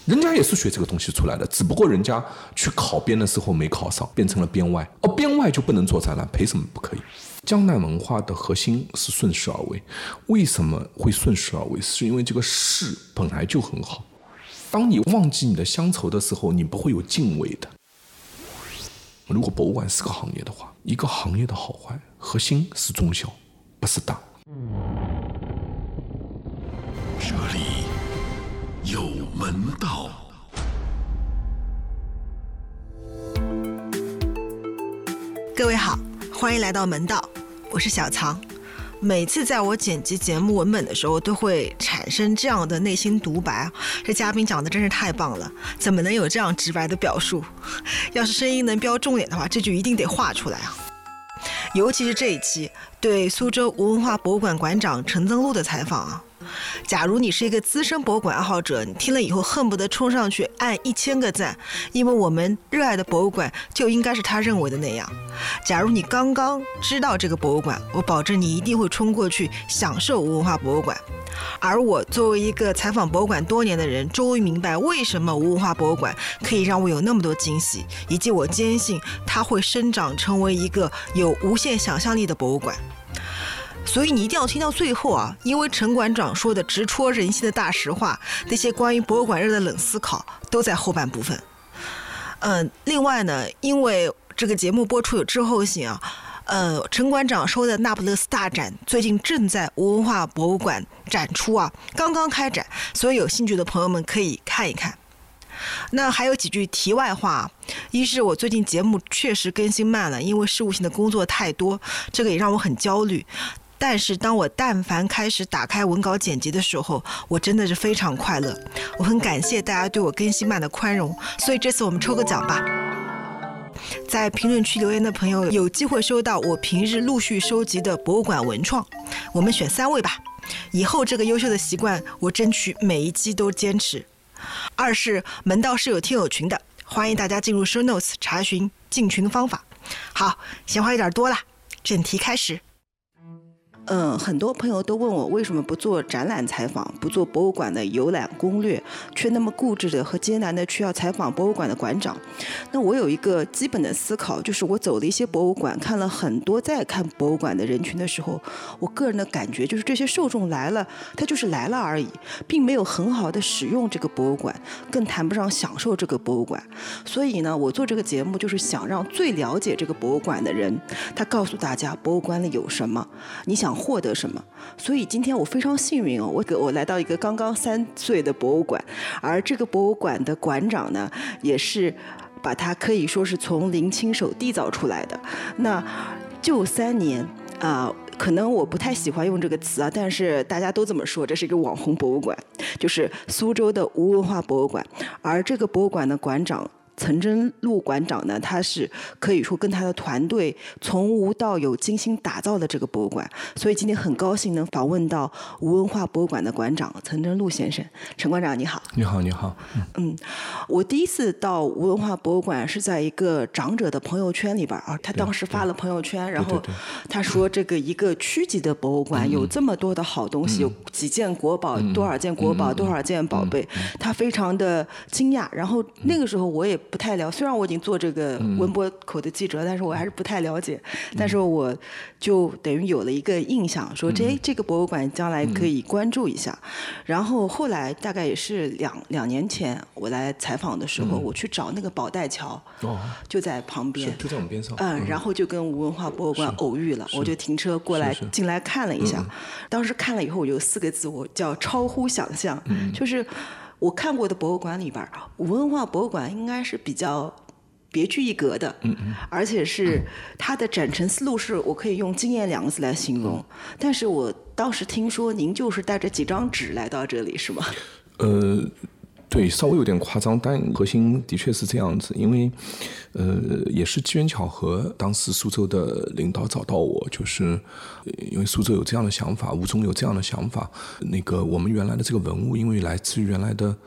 人家也是学这个东西出来的，只不过人家去考编的时候没考上，变成了编外。编外就不能做展览，凭什么不可以？江南文化的核心是顺势而为。为什么会顺势而为？是因为这个势本来就很好。当你忘记你的乡愁的时候，你不会有敬畏的。如果博物馆是个行业的话，一个行业的好坏核心是中小，不是大。 这里有门道。 各位好，欢迎来到门道，我是小藏。每次在我剪辑节目文本的时候，都会产生这样的内心独白：这嘉宾讲的真是太棒了，怎么能有这样直白的表述？要是声音能标重点的话，这句一定得画出来啊！尤其是这一期对苏州吴文化博物馆馆长陈增禄的采访啊，假如你是一个资深博物馆爱好者，你听了以后恨不得冲上去按1000个赞，因为我们热爱的博物馆就应该是他认为的那样。假如你刚刚知道这个博物馆，我保证你一定会冲过去享受吴文化博物馆。而我作为一个采访博物馆多年的人，终于明白为什么吴文化博物馆可以让我有那么多惊喜，以及我坚信它会生长成为一个有无限想象力的博物馆。所以你一定要听到最后啊，因为陈馆长说的直戳人心的大实话，那些关于博物馆热的冷思考都在后半部分。另外呢，因为这个节目播出有滞后性啊，陈馆长说的那不勒斯大展最近正在吴文化博物馆展出啊，刚刚开展，所以有兴趣的朋友们可以看一看。那还有几句题外话，一是我最近节目确实更新慢了，因为事务性的工作太多，这个也让我很焦虑。但是当我但凡开始打开文稿剪辑的时候，我真的是非常快乐。我很感谢大家对我更新慢的宽容，所以这次我们抽个奖吧。在评论区留言的朋友有机会收到我平日陆续收集的博物馆文创，我们选3位吧。以后这个优秀的习惯，我争取每一期都坚持。二是门道是有听友群的，欢迎大家进入 show notes 查询进群方法。好，闲话有点多了，正题开始。很多朋友都问我为什么不做展览采访，不做博物馆的游览攻略，却那么固执的和艰难的去要采访博物馆的馆长。那我有一个基本的思考，就是我走了一些博物馆，看了很多在看博物馆的人群的时候，我个人的感觉就是这些受众来了，他就是来了而已，并没有很好的使用这个博物馆，更谈不上享受这个博物馆。所以呢，我做这个节目就是想让最了解这个博物馆的人，他告诉大家博物馆里有什么，你想获得什么。所以今天我非常幸运哦，我来到一个刚刚3岁的博物馆，而这个博物馆的馆长呢，也是把它可以说是从零亲手缔造出来的。那就3年可能我不太喜欢用这个词啊，但是大家都这么说，这是一个网红博物馆，就是苏州的吴文化博物馆。而这个博物馆的馆长陈增禄馆长呢，他是可以说跟他的团队从无到有精心打造的这个博物馆，所以今天很高兴能访问到吴文化博物馆的馆长陈增禄先生。陈馆长你好。 你好，你好。 我第一次到吴文化博物馆是在一个长者的朋友圈里边啊，他当时发了朋友圈，然后他说这个一个区级的博物馆有这么多的好东西，有几件国宝，多少件国宝，多少件宝贝，他非常的惊讶。然后那个时候我也不太了解，虽然我已经做这个文博口的记者，但是我还是不太了解。但是我就等于有了一个印象，说这个博物馆将来可以关注一下。然后后来大概也是两年前我来采访的时候，我去找那个宝带桥，就在旁边， 就在我们边上。 然后就跟吴文化博物馆偶遇了，我就停车过来进来看了一下。当时看了以后，我有4个字，我叫超乎想象，就是我看过的博物馆里边，吴文化博物馆应该是比较别具一格的，而且是它的展陈思路是我可以用惊艳2个字来形容。但是我当时听说您就是带着几张纸来到这里，是吗？ 对，稍微有点夸张，但核心的确是这样子。因为也是机缘巧合，当时苏州的领导找到我，就是因为苏州有这样的想法，吴总有这样的想法，我们原来的这个文物因为来自于原来的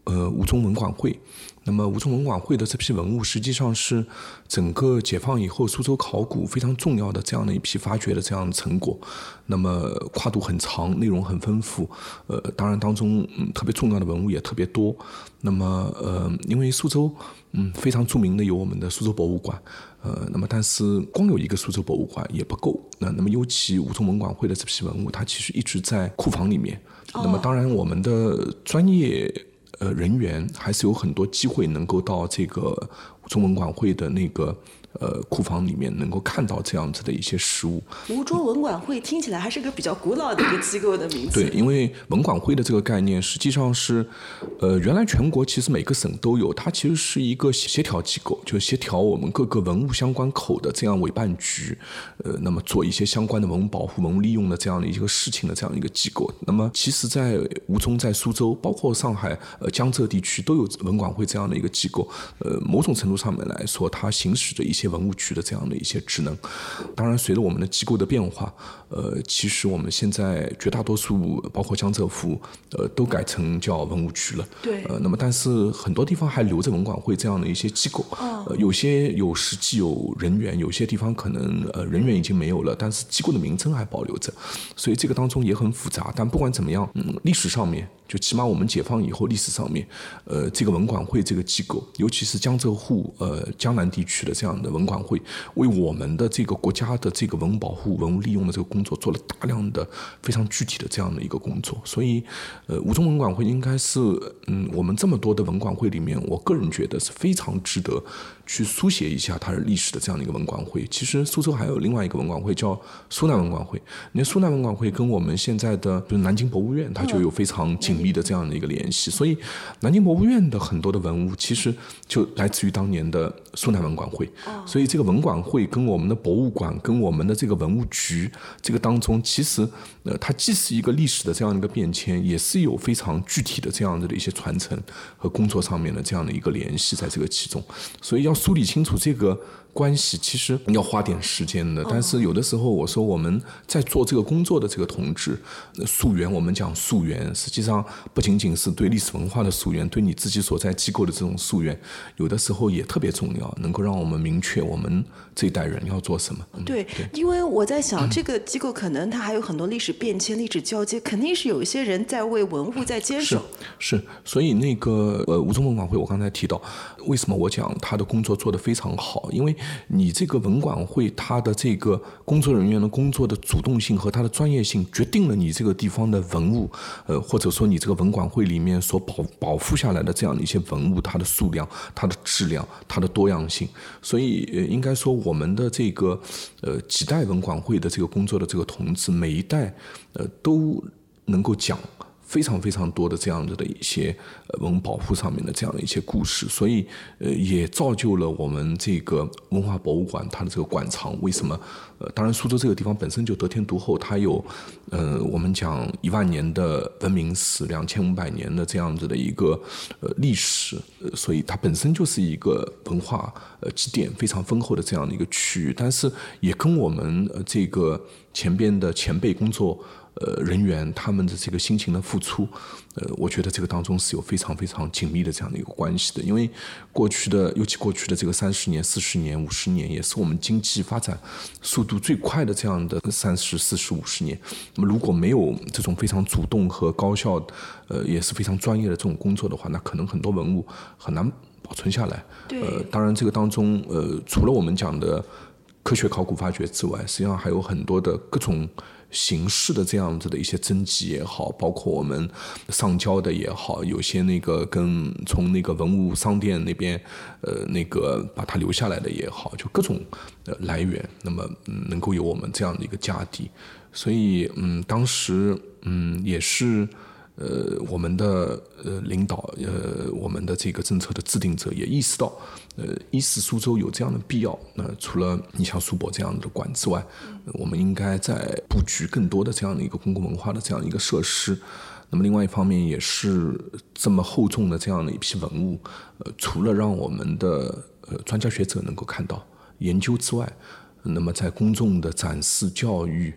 吴宗文管会。那么吴宗文管会的这批文物实际上是整个解放以后苏州考古非常重要的这样的一批发掘的这样的成果，那么跨度很长，内容很丰富，当然当中特别重要的文物也特别多。那么因为苏州非常著名的有我们的苏州博物馆，那么但是光有一个苏州博物馆也不够，那么尤其吴宗文管会的这批文物，它其实一直在库房里面。那么当然我们的专业人员还是有很多机会能够到这个吴宗文管会的那个库房里面能够看到这样子的一些实物。 吴宗文管会听起来还是个比较古老的一个机构的名字。 对，因为文管会的这个概念实际上是原来全国其实每个省都有，它其实是一个协调机构，就协调我们各个文物相关口的这样委办局，那么做一些相关的文物保护、文物利用的这样的一个事情的这样一个机构。那么其实在吴宗、在苏州，包括上海、江浙地区都有文管会这样的一个机构，某种程度上面来说，它行使着一些文物局的这样的一些职能。当然随着我们的机构的变化，其实我们现在绝大多数包括江浙沪都改成叫文物局了。 对。 那么但是很多地方还留着文管会这样的一些机构，有些有实际有人员，有些地方可能人员已经没有了，但是机构的名称还保留着，所以这个当中也很复杂。但不管怎么样，历史上面就起码我们解放以后历史上面，这个文管会这个机构，尤其是江浙沪江南地区的这样的文管会，为我们的这个国家的这个文物保护、文物利用的这个工作做了大量的非常具体的这样的一个工作。所以吴宗文管会应该是我们这么多的文管会里面，我个人觉得是非常值得去书写一下它的历史的这样的一个文管会。其实苏州还有另外一个文管会叫苏南文管会，那苏南文管会跟我们现在的就是南京博物院，它就有非常紧密的这样的一个联系。所以南京博物院的很多的文物其实就来自于当年的苏南文管会。所以这个文管会跟我们的博物馆跟我们的这个文物局这个当中，其实它既是一个历史的这样一个变迁，也是有非常具体的这样的一些传承和工作上面的这样的一个联系在这个其中。所以要梳理清楚这个关系，其实要花点时间的。但是有的时候我说我们在做这个工作的这个同志，溯源，我们讲溯源，实际上不仅仅是对历史文化的溯源，对你自己所在机构的这种溯源，有的时候也特别重要，能够让我们明确我们这一代人要做什么。 对，因为我在想这个机构可能它还有很多历史变迁、历史交接，肯定是有一些人在为文物在坚守。 是，所以那个吴宗文管会我刚才提到，为什么我讲他的工作做得非常好，因为你这个文管会他的这个工作人员的工作的主动性和他的专业性，决定了你这个地方的文物或者说你这个文管会里面所保护下来的这样的一些文物，它的数量、它的质量、它的多样性。所以应该说我们的这个几代文管会的这个工作的这个同志，每一代都能够讲非常非常多的这样子的一些文物保护上面的这样的一些故事，所以也造就了我们这个文化博物馆它的这个馆藏。为什么？当然苏州这个地方本身就得天独厚，它有我们讲10000年的文明史，2500年的这样子的一个历史，所以它本身就是一个文化积淀非常丰厚的这样的一个区域。但是也跟我们这个前边的前辈工作人员他们的这个辛勤的付出，我觉得这个当中是有非常非常紧密的这样的一个关系的。因为尤其过去的这个30年、40年、50年，也是我们经济发展速度最快的这样的30、40、50年。那么如果没有这种非常主动和高效也是非常专业的这种工作的话，那可能很多文物很难保存下来。当然这个当中除了我们讲的科学考古发掘之外，实际上还有很多的各种形式的这样子的一些征集也好，包括我们上交的也好，有些那个从那个文物商店那边那个把它留下来的也好，就各种来源，那么能够有我们这样的一个家底。所以当时也是我们的领导我们的这个政策的制定者也意识到一是苏州有这样的必要，除了你像苏博这样的馆之外，我们应该在布局更多的这样的一个公共文化的这样一个设施。那么另外一方面也是这么厚重的这样的一批文物，除了让我们的专家学者能够看到研究之外，那么在公众的展示教育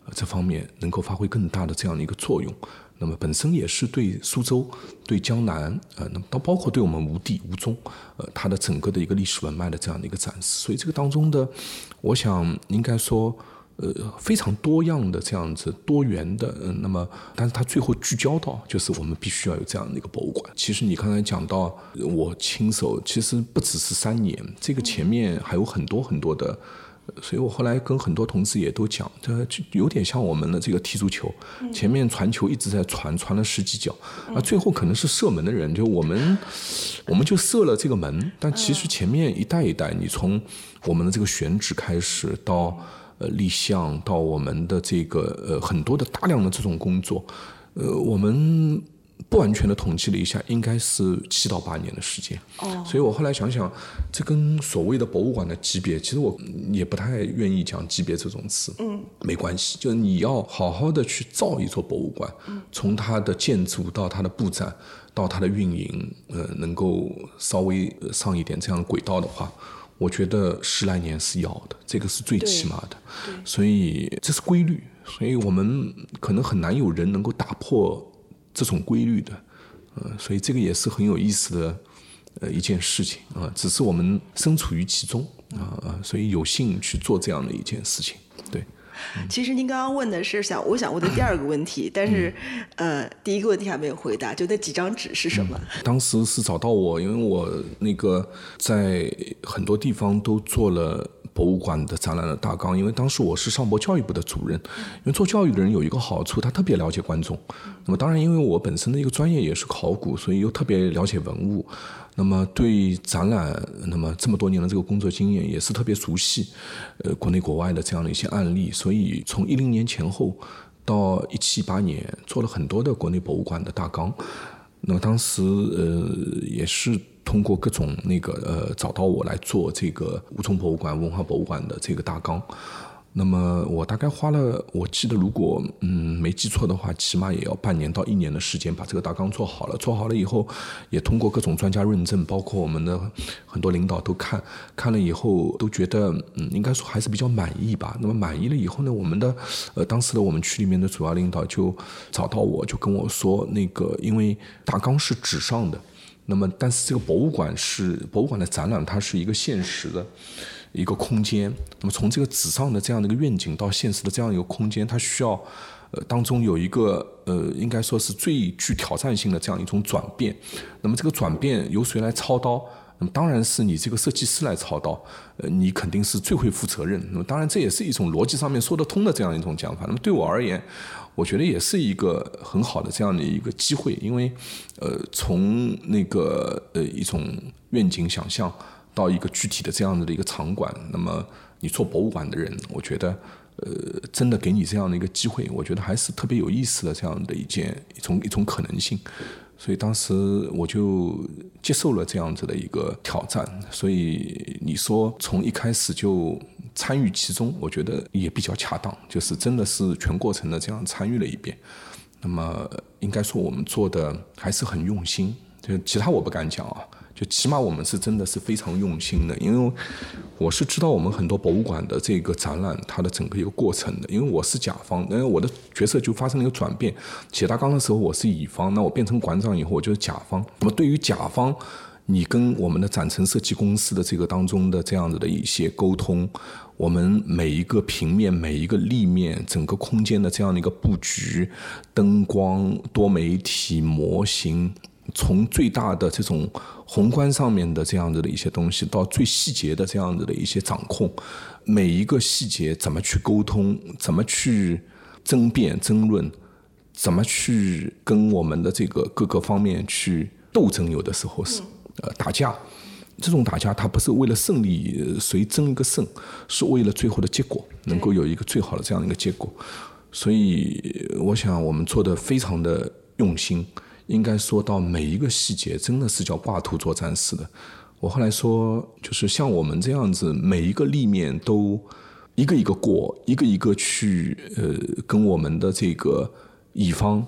这方面能够发挥更大的这样的一个作用。那么本身也是对苏州、对江南，那么包括对我们吴地、吴中，它的整个的一个历史文脉的这样的一个展示。所以这个当中的，我想应该说，非常多样的这样子多元的，那么但是它最后聚焦到就是我们必须要有这样的一个博物馆。其实你刚才讲到，我亲手其实不只是3年，这个前面还有很多很多的。所以我后来跟很多同事也都讲，这就有点像我们的这个踢足球，前面传球一直在传了10几脚，最后可能是射门的人，就我们就射了这个门，但其实前面一代一代，你从我们的这个选址开始到立项，到我们的这个很多的大量的这种工作，我们不完全的统计了一下，应该是7到8年的时间。所以我后来想想，这跟所谓的博物馆的级别，其实我也不太愿意讲级别这种词。没关系，就是你要好好的去造一座博物馆，从它的建筑到它的布展，到它的运营，能够稍微上一点这样的轨道的话，我觉得10来年是要的，这个是最起码的。所以这是规律，所以我们可能很难有人能够打破这种规律的，所以这个也是很有意思的一件事情啊，只是我们身处于其中所以有幸去做这样的一件事情。对， 其实您刚刚问的是我想问的第2个问题，但是第1个问题还没有回答，就那几张纸是什么？ 当时是找到我，因为我那个在很多地方都做了博物馆的展览的大纲，因为当时我是上博教育部的主任，因为做教育的人有一个好处，他特别了解观众。那么当然因为我本身的一个专业也是考古，所以又特别了解文物，那么对展览那么这么多年的这个工作经验也是特别熟悉国内国外的这样的一些案例，所以从10年前后到17、18年做了很多的国内博物馆的大纲。那么当时也是通过各种找到我来做这个吴中博物馆、文化博物馆的这个大纲。那么我大概花了，我记得如果没记错的话，起码也要半年到1年的时间把这个大纲做好了。做好了以后，也通过各种专家认证，包括我们的很多领导都看了以后，都觉得应该说还是比较满意吧。那么满意了以后呢，我们的当时的我们区里面的主要领导就找到我，就跟我说，因为大纲是纸上的，那么但是这个博物馆的展览，它是一个现实的一个空间，那么从这个纸上的这样的一个愿景到现实的这样一个空间，它需要当中有一个应该说是最具挑战性的这样一种转变。那么这个转变由谁来操刀？那么当然是你这个设计师来操刀，你肯定是最会负责任。那么当然这也是一种逻辑上面说得通的这样一种讲法。那么对我而言，我觉得也是一个很好的这样的一个机会，因为从一种愿景想象到一个具体的这样的一个场馆，那么你做博物馆的人，我觉得真的给你这样的一个机会，我觉得还是特别有意思的这样的一种可能性。所以当时我就接受了这样子的一个挑战，所以你说从一开始就参与其中，我觉得也比较恰当，就是真的是全过程的这样参与了一遍。那么应该说我们做的还是很用心，就其他我不敢讲啊，就起码我们是真的是非常用心的。因为我是知道我们很多博物馆的这个展览它的整个一个过程的，因为我是甲方，因为我的角色就发生了一个转变，写大纲的时候我是乙方，那我变成馆长以后我就是甲方。那么对于甲方，你跟我们的展陈设计公司的这个当中的这样子的一些沟通，我们每一个平面每一个立面整个空间的这样的一个布局、灯光、多媒体模型，从最大的这种宏观上面的这样子的一些东西，到最细节的这样子的一些掌控，每一个细节怎么去沟通，怎么去争辩争论，怎么去跟我们的这个各个方面去斗争，有的时候是打架。这种打架它不是为了胜利谁争一个胜，是为了最后的结果能够有一个最好的这样的一个结果。所以我想我们做的非常的用心，应该说到每一个细节真的是叫挂图作战似的。我后来说，就是像我们这样子，每一个立面都一个一个过，一个一个去跟我们的这个乙方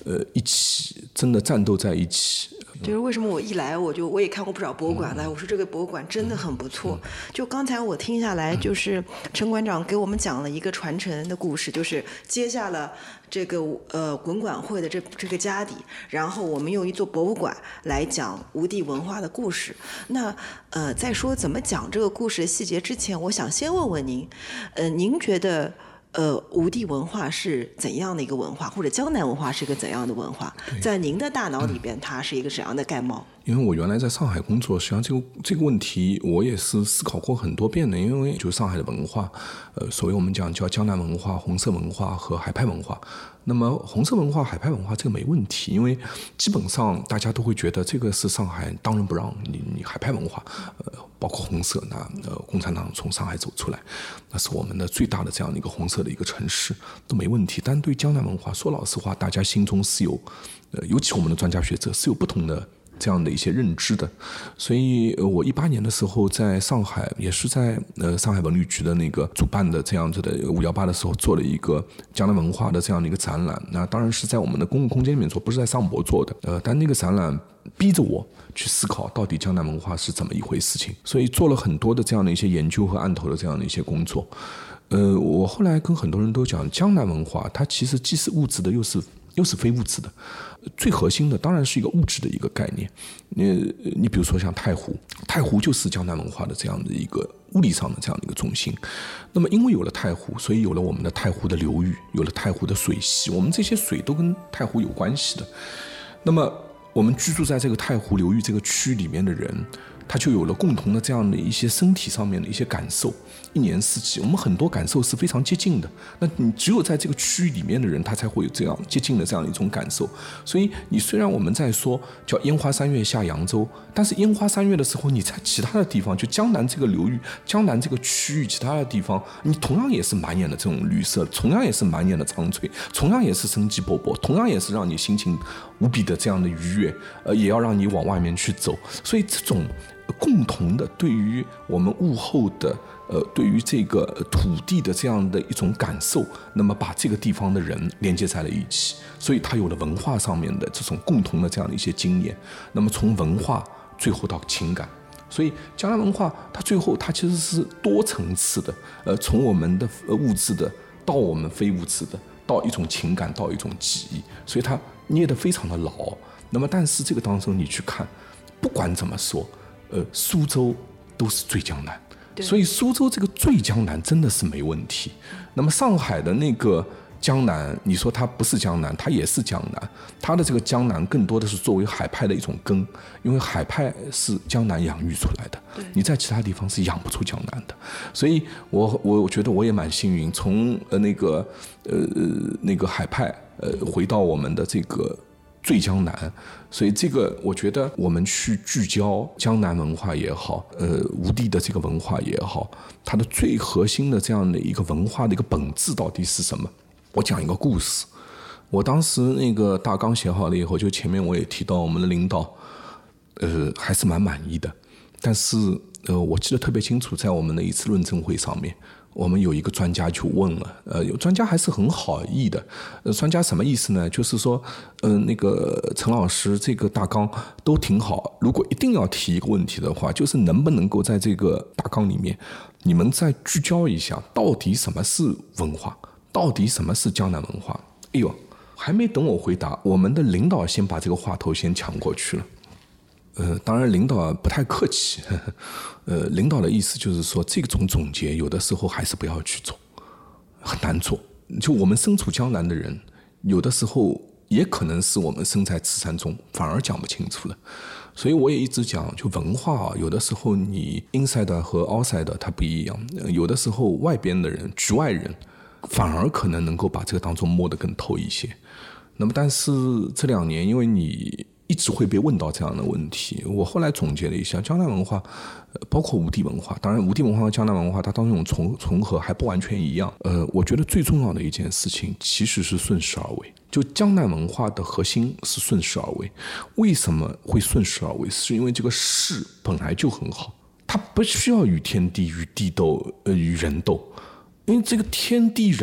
一起真的战斗在一起。 就是为什么我一来我也看过不少博物馆来，我说这个博物馆真的很不错。就刚才我听下来，就是陈馆长给我们讲了一个传承的故事，就是接下了这个滚馆会的这个家底，然后我们用一座博物馆来讲吴地文化的故事。那在说怎么讲这个故事的细节之前，我想先问问您，您觉得吴地文化是怎样的一个文化，或者江南文化是一个怎样的文化？在您的大脑里边，它是一个怎样的概貌？ 因为我原来在上海工作，实际上这个问题我也是思考过很多遍的。因为就上海的文化，所谓我们讲叫江南文化、红色文化和海派文化。那么红色文化、海派文化这个没问题，因为基本上大家都会觉得这个是上海当仁不让。你海派文化，包括红色，那共产党从上海走出来，那是我们的最大的这样的一个红色的一个城市，都没问题。但对江南文化，说老实话，大家心中是有，尤其我们的专家学者是有不同的这样的一些认知的。所以我18年的时候在上海，也是在上海文旅局的那个主办的这样子的518的时候，做了一个江南文化的这样的一个展览。那当然是在我们的公共空间里面做，不是在上博做的。但那个展览逼着我去思考到底江南文化是怎么一回事情，所以做了很多的这样的一些研究和案头的这样的一些工作。我后来跟很多人都讲，江南文化它其实既是物质的，又是非物质的。最核心的当然是一个物质的一个概念。你比如说像太湖，太湖就是江南文化的这样的一个物理上的这样的一个中心。那么因为有了太湖，所以有了我们的太湖的流域，有了太湖的水系，我们这些水都跟太湖有关系的。那么我们居住在这个太湖流域这个区域里面的人，他就有了共同的这样的一些身体上面的一些感受。一年四季，我们很多感受是非常接近的。那你只有在这个区域里面的人，他才会有这样接近的这样一种感受。所以你虽然我们在说叫烟花三月下扬州，但是烟花三月的时候，你在其他的地方，就江南这个流域、江南这个区域其他的地方，你同样也是满眼的这种绿色，同样也是满眼的苍翠，同样也是生机勃勃，同样也是让你心情无比的这样的愉悦，也要让你往外面去走。所以这种共同的对于我们物候的对于这个土地的这样的一种感受，那么把这个地方的人连接在了一起，所以它有了文化上面的这种共同的这样的一些经验。那么从文化最后到情感，所以江南文化它最后它其实是多层次的，从我们的物质的到我们非物质的，到一种情感，到一种记忆，所以它捏得非常的牢。那么但是这个当中你去看，不管怎么说，苏州都是最江南，所以苏州这个最江南真的是没问题。那么上海的那个江南，你说它不是江南，它也是江南，它的这个江南更多的是作为海派的一种根，因为海派是江南养育出来的，你在其他地方是养不出江南的。所以我觉得我也蛮幸运，从那个海派回到我们的这个最江南。所以这个我觉得我们去聚焦江南文化也好，吴地的这个文化也好，它的最核心的这样的一个文化的一个本质到底是什么？我讲一个故事。我当时那个大纲写好了以后，就前面我也提到我们的领导还是蛮满意的。但是我记得特别清楚，在我们的一次论证会上面，我们有一个专家就问了，有专家还是很好意的。专家什么意思呢？就是说，那个陈老师这个大纲都挺好，如果一定要提一个问题的话，就是能不能够在这个大纲里面，你们再聚焦一下，到底什么是文化，到底什么是江南文化？哎呦，还没等我回答，我们的领导先把这个话头先抢过去了。当然领导不太客气，领导的意思就是说，这种总结有的时候还是不要去做，很难做。就我们身处江南的人，有的时候也可能是我们身在此山中，反而讲不清楚的。所以我也一直讲，就文化有的时候你 inside 和 outside 它不一样，有的时候外边的人、局外人，反而可能能够把这个当中摸得更透一些。那么但是这2年，因为你一直会被问到这样的问题，我后来总结了一下，江南文化包括吴地文化，当然吴地文化和江南文化它当中重合还不完全一样。我觉得最重要的一件事情其实是顺势而为。就江南文化的核心是顺势而为。为什么会顺势而为？是因为这个势本来就很好，它不需要与天地、与地斗、与人斗。因为这个天地人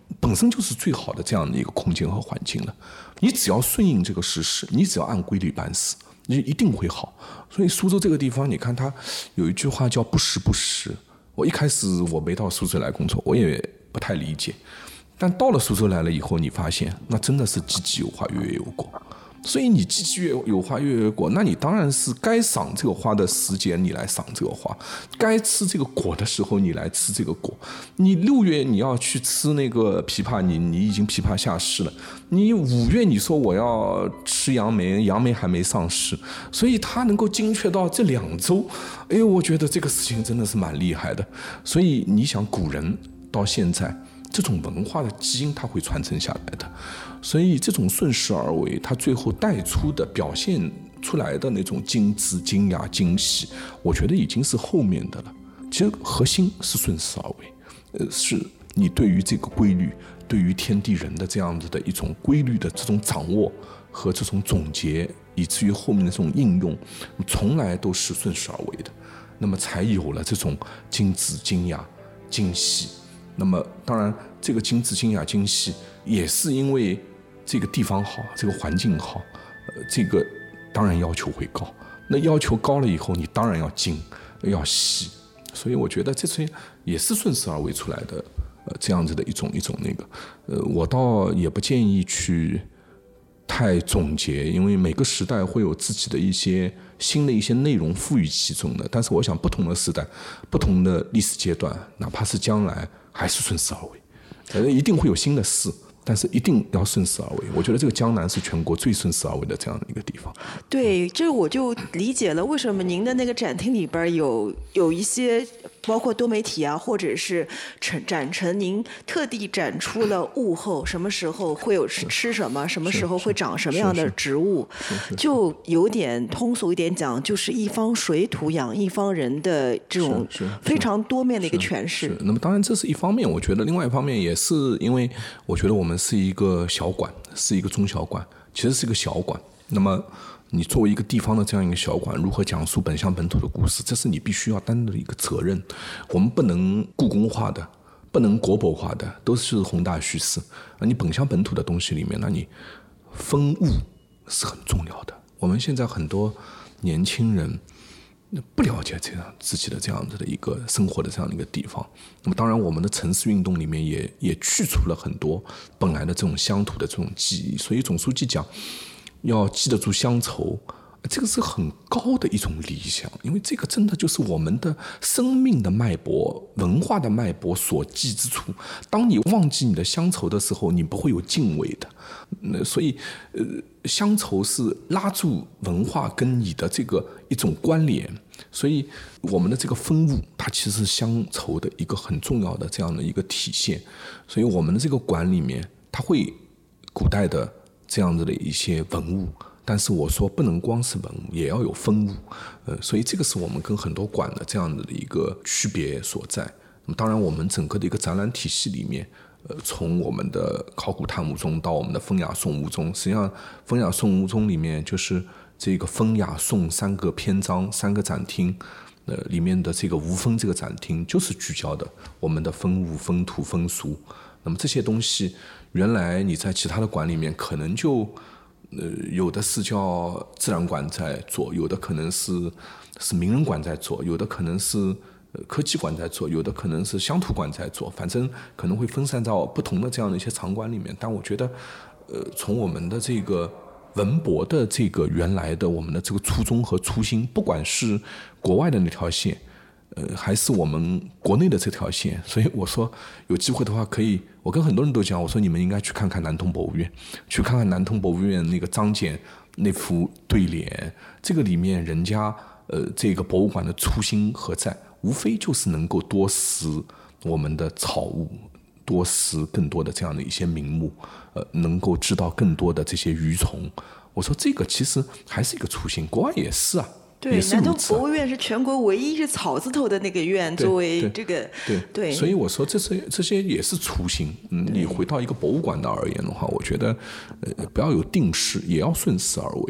本身就是最好的这样的一个空间和环境了。你只要顺应这个事实，你只要按规律办事，你一定会好。所以苏州这个地方，你看它有一句话叫不时不食。我一开始我没到苏州来工作，我也不太理解，但到了苏州来了以后，你发现那真的是季季有花，月月有果。所以你季季有花，月月有果，那你当然是该赏这个花的时节你来赏这个花，该吃这个果的时候你来吃这个果。你6月你要去吃那个枇杷，你已经枇杷下市了。你5月你说我要吃杨梅，杨梅还没上市，所以它能够精确到这2周，哎，我觉得这个事情真的是蛮厉害的。所以你想，古人到现在这种文化的基因它会传承下来的，所以这种顺势而为，它最后带出的表现出来的那种精致、精雅、精细，我觉得已经是后面的了。其实核心是顺势而为，是你对于这个规律，对于天地人的这样子的一种规律的这种掌握和这种总结，以至于后面的这种应用，从来都是顺势而为的，那么才有了这种精致、精雅、精细。那么当然这个精致精雅精细也是因为这个地方好，这个环境好，这个当然要求会高，那要求高了以后你当然要精要细，所以我觉得这些也是顺势而为出来的这样子的一种那个我倒也不建议去太总结，因为每个时代会有自己的一些新的一些内容赋予其中的，但是我想不同的时代不同的历史阶段，哪怕是将来还是顺势而为，一定会有新的事，但是一定要顺势而为。我觉得这个江南是全国最顺势而为的这样的一个地方。 对，这我就理解了为什么您的那个展厅里边有一些包括多媒体啊，或者是展陈，您特地展出了物候，什么时候会有吃什么，什么时候会长什么样的植物，就有点通俗一点讲，就是一方水土养一方人的这种非常多面的一个诠释。 那么当然这是一方面，我觉得另外一方面也是因为我觉得我们是一个小馆，是一个中小馆，其实是一个小馆。那么你作为一个地方的这样一个小馆，如何讲述本乡本土的故事，这是你必须要担的一个责任。我们不能故宫化的，不能国博化的，都是宏大叙事。你本乡本土的东西里面，那你风物是很重要的。我们现在很多年轻人不了解这样自己的这样子的一个生活的这样的一个地方，那么当然我们的城市运动里面也去除了很多本来的这种乡土的这种记忆，所以总书记讲要记得住乡愁，这个是很高的一种理想，因为这个真的就是我们的生命的脉搏、文化的脉搏所寄之处。当你忘记你的乡愁的时候，你不会有敬畏的。所以乡愁是拉住文化跟你的这个一种关联，所以我们的这个风物它其实是乡愁的一个很重要的这样的一个体现。所以我们的这个馆里面它会古代的这样子的一些文物，但是我说不能光是文物，也要有风物，所以这个是我们跟很多馆的这样的一个区别所在。那么当然我们整个的一个展览体系里面，从我们的考古探墓中到我们的风雅颂吴中，实际上风雅颂吴中里面就是这个风雅颂3个篇章3个展厅，里面的这个吴风这个展厅就是聚焦的我们的风物风土风俗。那么这些东西原来你在其他的馆里面可能就有的是叫自然馆在做，有的可能是名人馆在做，有的可能是科技馆在做，有的可能是乡土馆在做，反正可能会分散到不同的这样的一些场馆里面。但我觉得从我们的这个文博的这个原来的我们的这个初衷和初心，不管是国外的那条线还是我们国内的这条线，所以我说有机会的话可以，我跟很多人都讲，我说你们应该去看看南通博物院，去看看南通博物院那个张謇那幅对联，这个里面人家这个博物馆的初心何在？无非就是能够多识我们的草物，多识更多的这样的一些名目，能够知道更多的这些鱼虫。我说这个其实还是一个初心，国外也是啊。 对，南通博物院是全国唯一是草字头的那个院，作为这个对， 所以我说这些也是初心。你回到一个博物馆的而言的话，我觉得不要有定势，也要顺势而为。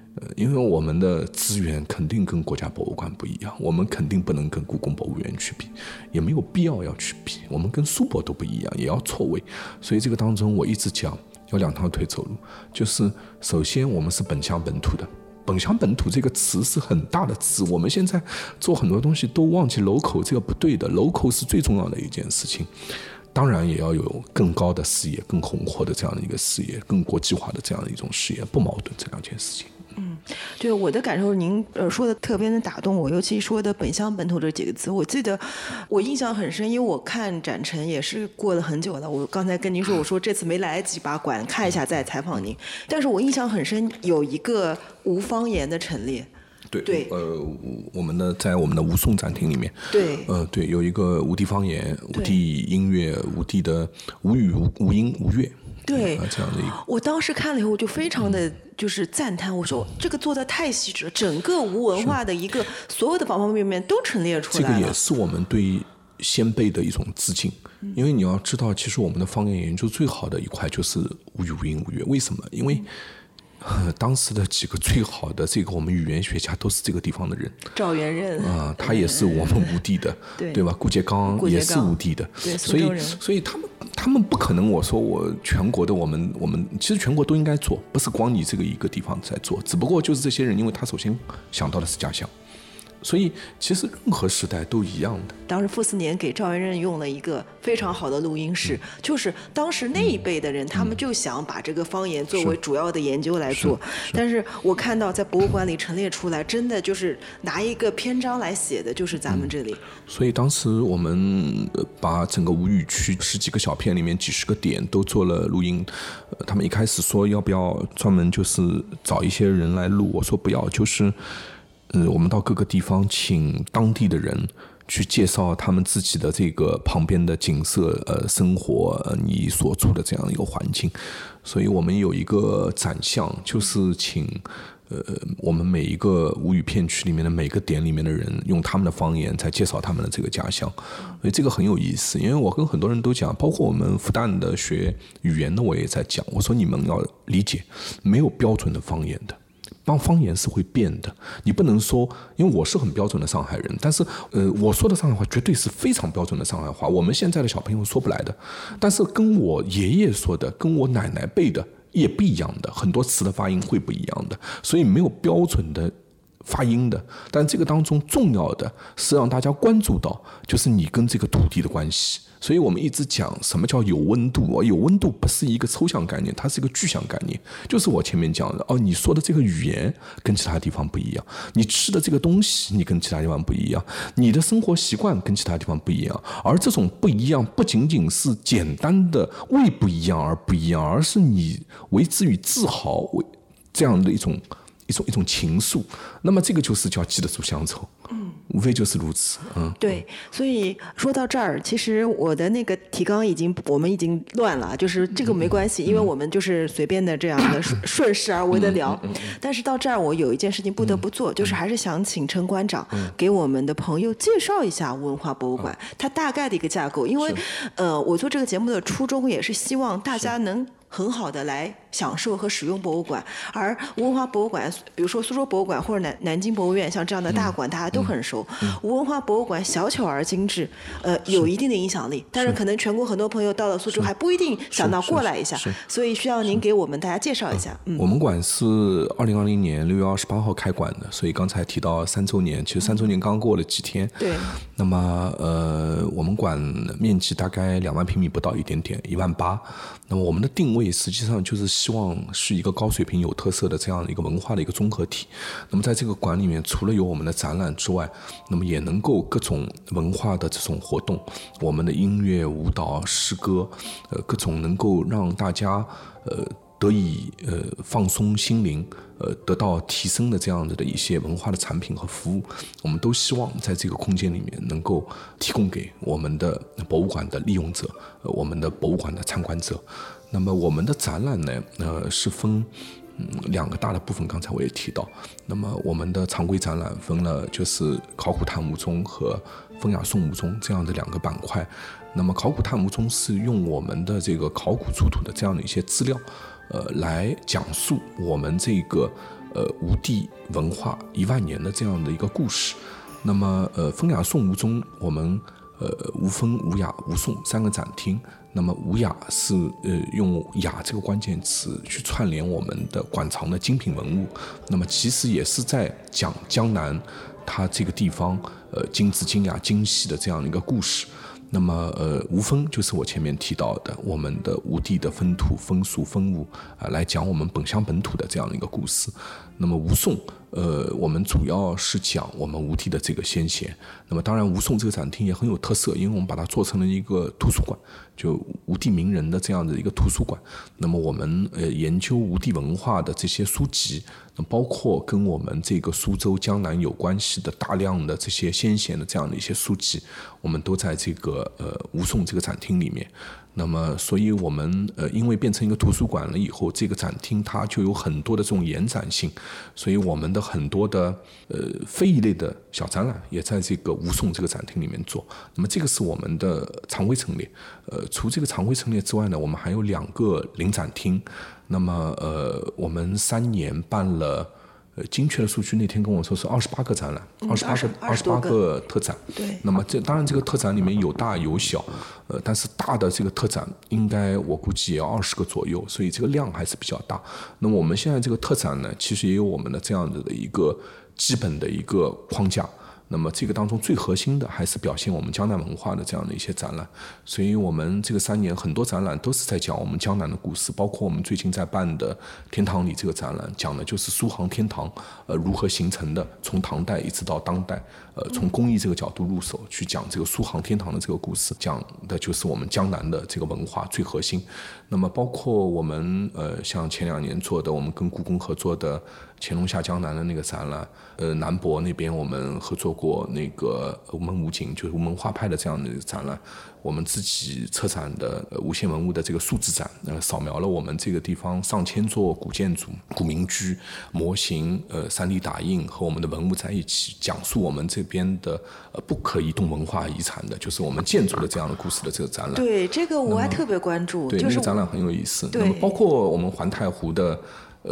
因为我们的资源肯定跟国家博物馆不一样，我们肯定不能跟故宫博物院去比，也没有必要要去比，我们跟苏博都不一样，也要错位。所以这个当中我一直讲要2条腿走路，就是首先我们是本乡本土的。本乡本土这个词是很大的词，我们现在做很多东西都忘记 local， 这个不对的， local 是最重要的一件事情。当然也要有更高的视野，更宏阔的这样的一个视野，更国际化的这样的一种视野，不矛盾这2件事情。 对，我的感受，您说的特别的打动我，尤其说的本乡本土这几个字，我记得我印象很深，因为我看展陈也是过了很久了。我刚才跟您说，我说这次没来得及把馆看一下再采访您，但是我印象很深，有一个无方言的陈列。 对，我们的在我们的吴宋展厅里面，对，有一个吴地方言、吴地音乐、吴地的吴语、吴音、吴乐。 对， 这样的一个， 我当时看了以后，我就非常的就是赞叹，我说这个做的太细致了，整个吴文化的一个所有的方方面面都陈列出来了。 这个也是我们对先辈的一种致敬，因为你要知道，其实我们的方言研究最好的一块就是吴语、吴音、吴乐。为什么？因为当时的几个最好的这个我们语言学家都是这个地方的人， 赵元任他也是我们吴地的，对吧？顾颉刚也是吴地的，所以他们不可能。我说我全国的我们其实全国都应该做，不是光你这个一个地方在做，只不过就是这些人，因为他首先想到的是家乡。所以其实任何时代都一样的。 当时傅斯年给赵元任用了一个非常好的录音室，就是当时那一辈的人，他们就想把这个方言作为主要的研究来做。但是我看到在博物馆里陈列出来，真的就是拿一个篇章来写的，就是咱们这里。 所以当时我们把整个吴语区10几个小片里面几10个点都做了录音。他们一开始说要不要专门就是找一些人来录，我说不要，就是我们到各个地方请当地的人去介绍他们自己的这个旁边的景色、生活、你所处的这样一个环境。所以我们有一个展项，就是请我们每一个吴语片区里面的每个点里面的人用他们的方言在介绍他们的这个家乡。所以这个很有意思，因为我跟很多人都讲，包括我们复旦的学语言的我也在讲，我说你们要理解，没有标准的方言的。方言是会变的，你不能说，因为我是很标准的上海人，但是我说的上海话绝对是非常标准的上海话，我们现在的小朋友说不来的，但是跟我爷爷说的，跟我奶奶背的也不一样的，很多词的发音会不一样的，所以没有标准的发音的。但这个当中重要的是让大家关注到，就是你跟这个土地的关系。所以我们一直讲什么叫有温度，有温度不是一个抽象概念，它是一个具象概念，就是我前面讲的，你说的这个语言跟其他地方不一样，你吃的这个东西你跟其他地方不一样，你的生活习惯跟其他地方不一样，而这种不一样不仅仅是简单的为不一样而不一样，而是你为之于自豪，为这样的一种情愫。那么这个就是叫记得住乡愁，无非就是如此。 对，所以说到这儿，其实我的那个提纲我们已经乱了，就是这个没关系，因为我们就是随便的这样的顺势而为的聊。但是到这儿，我有一件事情不得不做，就是还是想请陈馆长给我们的朋友介绍一下文化博物馆它大概的一个架构，因为我做这个节目的初衷也是希望大家能很好的来享受和使用博物馆，而文化博物馆，比如说苏州博物馆或者南京博物院，像这样的大馆大家都很熟。文化博物馆小巧而精致，有一定的影响力，但是可能全国很多朋友到了苏州还不一定想到过来一下，所以需要您给我们大家介绍一下。 我们馆是2020年6月28号开馆的，所以刚才提到3周年，其实3周年刚过了几天。 对。 那么我们馆面积大概2万平米不到一点点，18000。那么我们的定位实际上就是希望是一个高水平有特色的这样一个文化的一个综合体。那么在这个馆里面，除了有我们的展览之外，那么也能够各种文化的这种活动，我们的音乐、舞蹈、诗歌，各种能够让大家得以放松心灵，得到提升的这样的一些文化的产品和服务，我们都希望在这个空间里面能够提供给我们的博物馆的利用者，我们的博物馆的参观者。那么我们的展览呢，是分2个大的部分，刚才我也提到。那么我们的常规展览分了就是考古探墓中和风雅颂墓中这样的2个板块。那么考古探墓中是用我们的这个考古出土的这样的一些资料，来讲述我们这个吴地文化10000年的这样的一个故事。那么风雅颂吴中，我们吴风、吴雅、吴颂3个展厅。那么吴雅是用雅这个关键词去串联我们的馆藏的精品文物，那么其实也是在讲江南它这个地方精致精雅精细的这样的一个故事。那么吴风就是我前面提到的我们的吴地的风土风俗风物来讲我们本乡本土的这样的一个故事。那么吴颂我们主要是讲我们吴地的这个先贤。那么当然吴颂这个展厅也很有特色，因为我们把它做成了一个图书馆，就吴地名人的这样的一个图书馆。那么我们研究吴地文化的这些书籍，包括跟我们这个苏州江南有关系的大量的这些先贤的这样的一些书籍，我们都在这个吴颂这个展厅里面。那么所以我们因为变成一个图书馆了以后，这个展厅它就有很多的这种延展性，所以我们的很多的非遗类的小展览也在这个吴颂这个展厅里面做。那么这个是我们的常规陈列。除这个常规陈列之外呢，我们还有2个临展厅。那么我们3年办了精确的数据那天跟我说是28个展览，28个特展。 对。 那么当然这个特展里面有大有小，但是大的这个特展应该我估计也要20个左右，所以这个量还是比较大。那么我们现在这个特展呢，其实也有我们的这样子的一个基本的一个框架。那么这个当中最核心的还是表现我们江南文化的这样的一些展览，所以我们这个3年很多展览都是在讲我们江南的故事，包括我们最近在办的天堂里这个展览，讲的就是苏杭天堂如何形成的，从唐代一直到当代，从工艺这个角度入手去讲这个苏杭天堂的这个故事，讲的就是我们江南的这个文化最核心。那么包括我们像前2年做的我们跟故宫合作的乾隆下江南的那个展览，南博那边我们合作过那个吴门吴景，就是吴门画派的这样的一个展览，我们自己策展的无限文物的这个数字展，扫描了我们这个地方上千座古建筑、古民居模型，3D 打印和我们的文物在一起，讲述我们这边的不可移动文化遗产的，就是我们建筑的这样的故事的这个展览。 对，这个我还特别关注。 对， 就是那个展览很有意思。那么包括我们环太湖的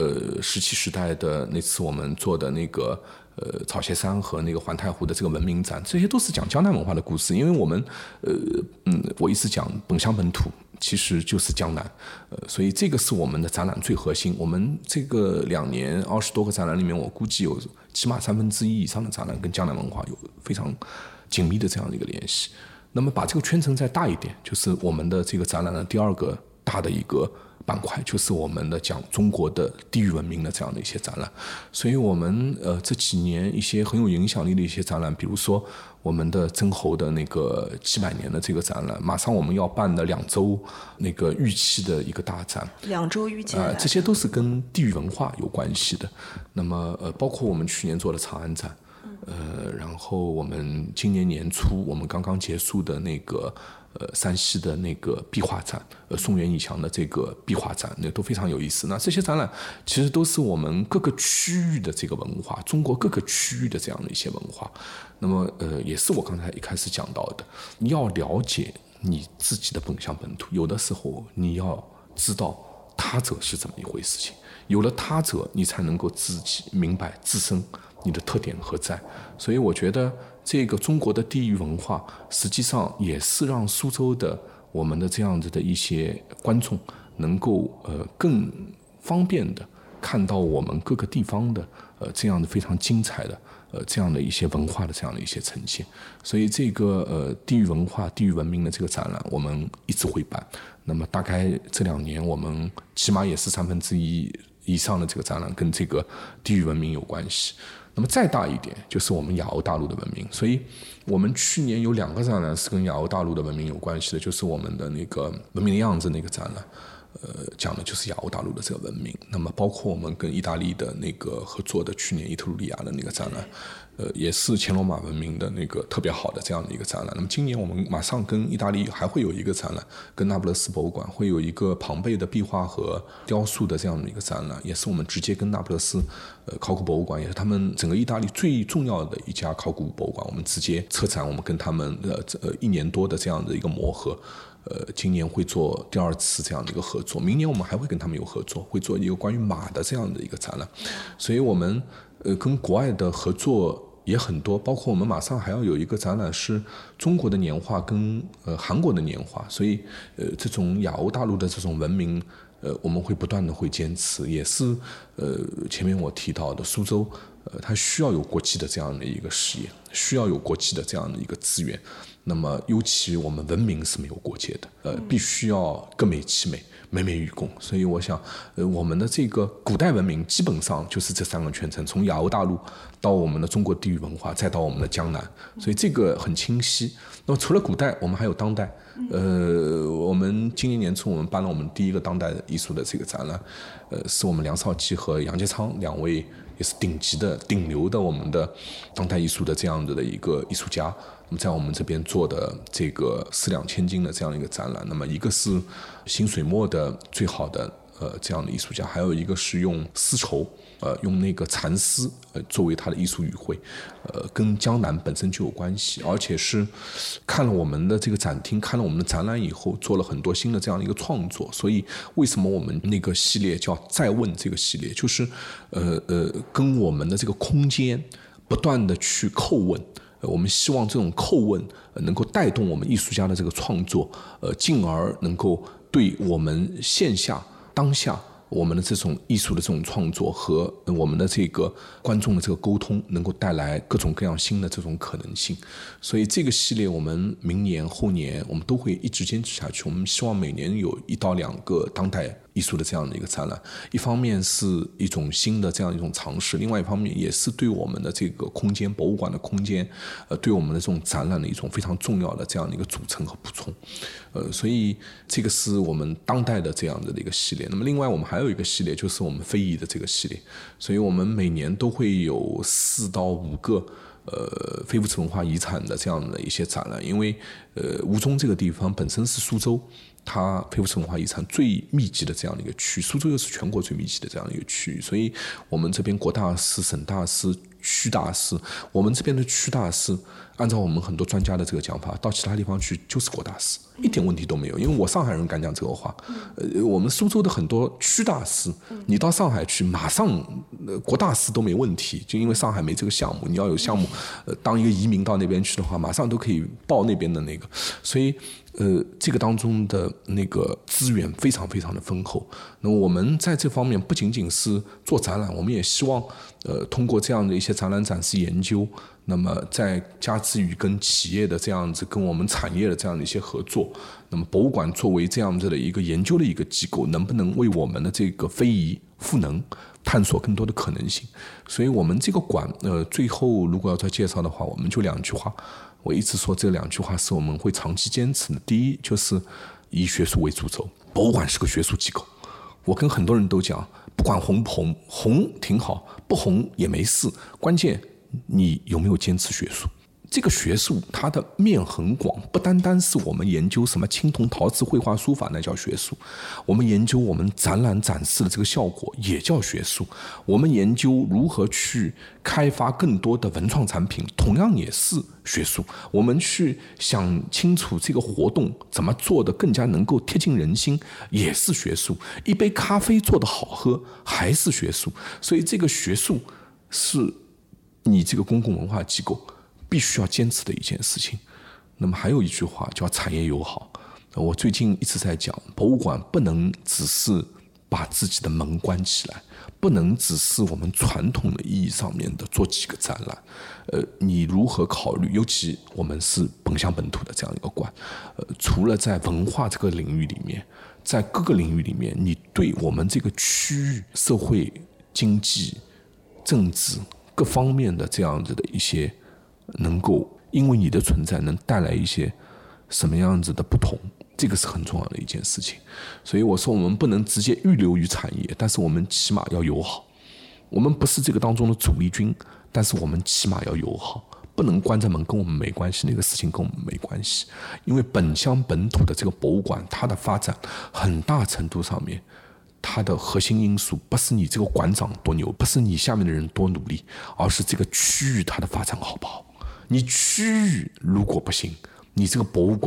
17时代的那次我们做的那个草鞋山和那个环太湖的这个文明展，这些都是讲江南文化的故事。因为我们我一直讲本乡本土其实就是江南，所以这个是我们的展览最核心。我们这个2年20多个展览里面，我估计有起码1/3以上的展览跟江南文化有非常紧密的这样的一个联系。那么把这个圈层再大一点，就是我们的这个展览的第2个大的一个板块，就是我们的讲中国的地域文明的这样的一些展览。所以我们这几年一些很有影响力的一些展览，比如说我们的曾侯的那个700年的这个展览，马上我们要办的2周那个玉器的一个大展 ，2周玉器这些都是跟地域文化有关系的。那么包括我们去年做的长安展，然后我们今年年初我们刚刚结束的那个山西的那个壁画展，宋元以降的这个壁画展，那都非常有意思。那这些展览其实都是我们各个区域的这个文化，中国各个区域的这样的一些文化。那么也是我刚才一开始讲到的，你要了解你自己的本乡本土，有的时候你要知道他者是怎么一回事情，有了他者，你才能够自己明白自身你的特点何在。所以我觉得这个中国的地域文化实际上也是让苏州的我们的这样子的一些观众能够更方便的看到我们各个地方的这样的非常精彩的这样的一些文化的这样的一些呈现。所以这个地域文化地域文明的这个展览我们一直会办。那么大概这2年我们起码也是1/3以上的这个展览跟这个地域文明有关系。那么再大一点就是我们亚欧大陆的文明，所以我们去年有2个展览是跟亚欧大陆的文明有关系的，就是我们的那个文明的样子那个展览，讲的就是亚欧大陆的这个文明。那么包括我们跟意大利的那个合作的去年伊特鲁里亚的那个展览，也是前罗马文明的那个特别好的这样的一个展览。那么今年我们马上跟意大利还会有一个展览，跟那不勒斯博物馆会有一个庞贝的壁画和雕塑的这样的一个展览，也是我们直接跟那不勒斯考古博物馆，也是他们整个意大利最重要的一家考古博物馆，我们直接策展，我们跟他们1年多的这样的一个磨合。 今年会做第2次这样的一个合作，明年我们还会跟他们有合作，会做一个关于马的这样的一个展览。所以我们跟国外的合作也很多，包括我们马上还要有一个展览是中国的年画跟韩国的年画，所以这种亚欧大陆的这种文明，我们会不断的会坚持，也是前面我提到的苏州，它需要有国际的这样的一个视野，需要有国际的这样的一个资源。那么尤其我们文明是没有国界的，必须要各美其美，美美与共。所以我想，我们的这个古代文明基本上就是这3个圈层，从亚欧大陆到我们的中国地域文化，再到我们的江南，所以这个很清晰。那么除了古代，我们还有当代。我们今年年初我们办了我们第一个当代艺术的这个展览，是我们梁绍基和杨洁昌2位也是顶级的、顶流的我们的当代艺术的这样的一个艺术家。那么在我们这边做的这个4两千金的这样一个展览，那么一个是新水墨的最好的这样的艺术家，还有一个是用丝绸用那个蚕丝作为他的艺术语汇，跟江南本身就有关系，而且是看了我们的这个展厅，看了我们的展览以后，做了很多新的这样的一个创作。所以为什么我们那个系列叫再问这个系列，就是跟我们的这个空间不断的去叩问。我们希望这种叩问能够带动我们艺术家的这个创作，进而能够对我们线下当下我们的这种艺术的这种创作和我们的这个观众的这个沟通，能够带来各种各样新的这种可能性。所以这个系列我们明年后年我们都会一直坚持下去。我们希望每年有1到2个当代艺术的这样的一个展览，一方面是一种新的这样一种尝试，另外一方面也是对我们的这个空间，博物馆的空间，对我们的这种展览的一种非常重要的这样的一个组成和补充。所以这个是我们当代的这样的一个系列。那么另外我们还有一个系列，就是我们非遗的这个系列。所以我们每年都会有4到5个非物质文化遗产的这样的一些展览，因为吴中这个地方本身是苏州它非物质文化遗产最密集的这样的一个区，苏州又是全国最密集的这样一个区域，所以我们这边国大师、省大师、区大师，我们这边的区大师，按照我们很多专家的这个讲法，到其他地方去就是国大师，一点问题都没有。因为我上海人敢讲这个话，我们苏州的很多区大师，你到上海去，马上国大师都没问题，就因为上海没这个项目，你要有项目，当一个移民到那边去的话，马上都可以报那边的那个，所以。这个当中的那个资源非常非常的丰厚。那么我们在这方面不仅仅是做展览，我们也希望通过这样的一些展览展示研究，那么再加之于跟企业的这样子，跟我们产业的这样的一些合作，那么博物馆作为这样子的一个研究的一个机构，能不能为我们的这个非遗赋能，探索更多的可能性？所以我们这个馆最后如果要再介绍的话，我们就2句话。我一直说这2句话是我们会长期坚持的。第一，就是以学术为主轴，博物馆是个学术机构。我跟很多人都讲，不管红不红，红挺好，不红也没事，关键你有没有坚持学术。这个学术它的面很广，不单单是我们研究什么青铜陶瓷绘画书法那叫学术，我们研究我们展览展示的这个效果也叫学术，我们研究如何去开发更多的文创产品同样也是学术，我们去想清楚这个活动怎么做的更加能够贴近人心也是学术，一杯咖啡做得好喝还是学术。所以这个学术是你这个公共文化机构必须要坚持的一件事情。那么还有一句话叫产业友好，我最近一直在讲，博物馆不能只是把自己的门关起来，不能只是我们传统的意义上面的做几个展览。你如何考虑？尤其我们是本乡本土的这样一个馆，除了在文化这个领域里面，在各个领域里面，你对我们这个区域社会、经济、政治各方面的这样子的一些。能够因为你的存在能带来一些什么样子的不同，这个是很重要的一件事情。所以我说我们不能直接预留于产业，但是我们起码要友好。我们不是这个当中的主力军，但是我们起码要友好，不能关着门跟我们没关系，那个事情跟我们没关系。因为本乡本土的这个博物馆，它的发展很大程度上面它的核心因素不是你这个馆长多牛，不是你下面的人多努力，而是这个区域它的发展好不好。你区域如果不行，你这个博物馆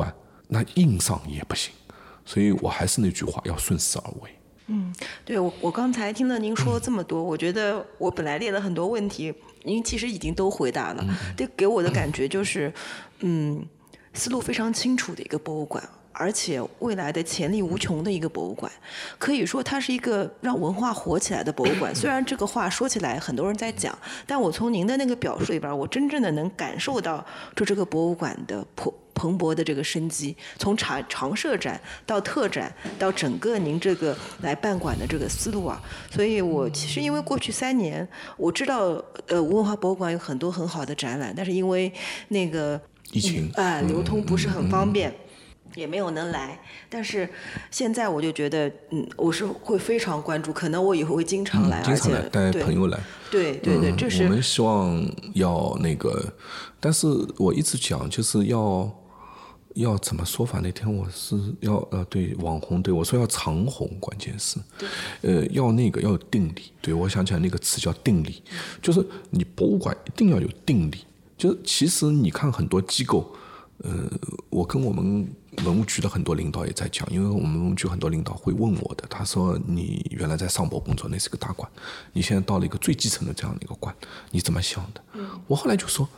那硬上也不行。所以我还是那句话，要顺势而为。 对，我刚才听了您说这么多，我觉得我本来列了很多问题，您其实已经都回答了。这给我的感觉就是，思路非常清楚的一个博物馆，而且未来的潜力无穷的一个博物馆，可以说它是一个让文化活起来的博物馆。虽然这个话说起来很多人在讲，但我从您的那个表述里边，我真正的能感受到这个博物馆的蓬勃的这个生机，从常设展到特展，到整个您这个来办馆的这个思路啊，所以我其实因为过去3年，我知道文化博物馆有很多很好的展览，但是因为那个疫情流通不是很方便。也没有能来，但是现在我就觉得，我是会非常关注，可能我以后会经常来， 经常来带朋友来。 对，这是我们希望要那个，但是我一直讲就是要怎么说法？那天我是要对网红，对我说要长红，关键是，要那个要有定力。对，我想起来那个词叫定力，就是你博物馆一定要有定力。就是其实你看很多机构。我跟我们文物局的很多领导也在讲，因为我们文物局很多领导会问我的，他说你原来在上博工作，那是个大馆，你现在到了一个最基层的这样的一个馆，你怎么想的？我后来就说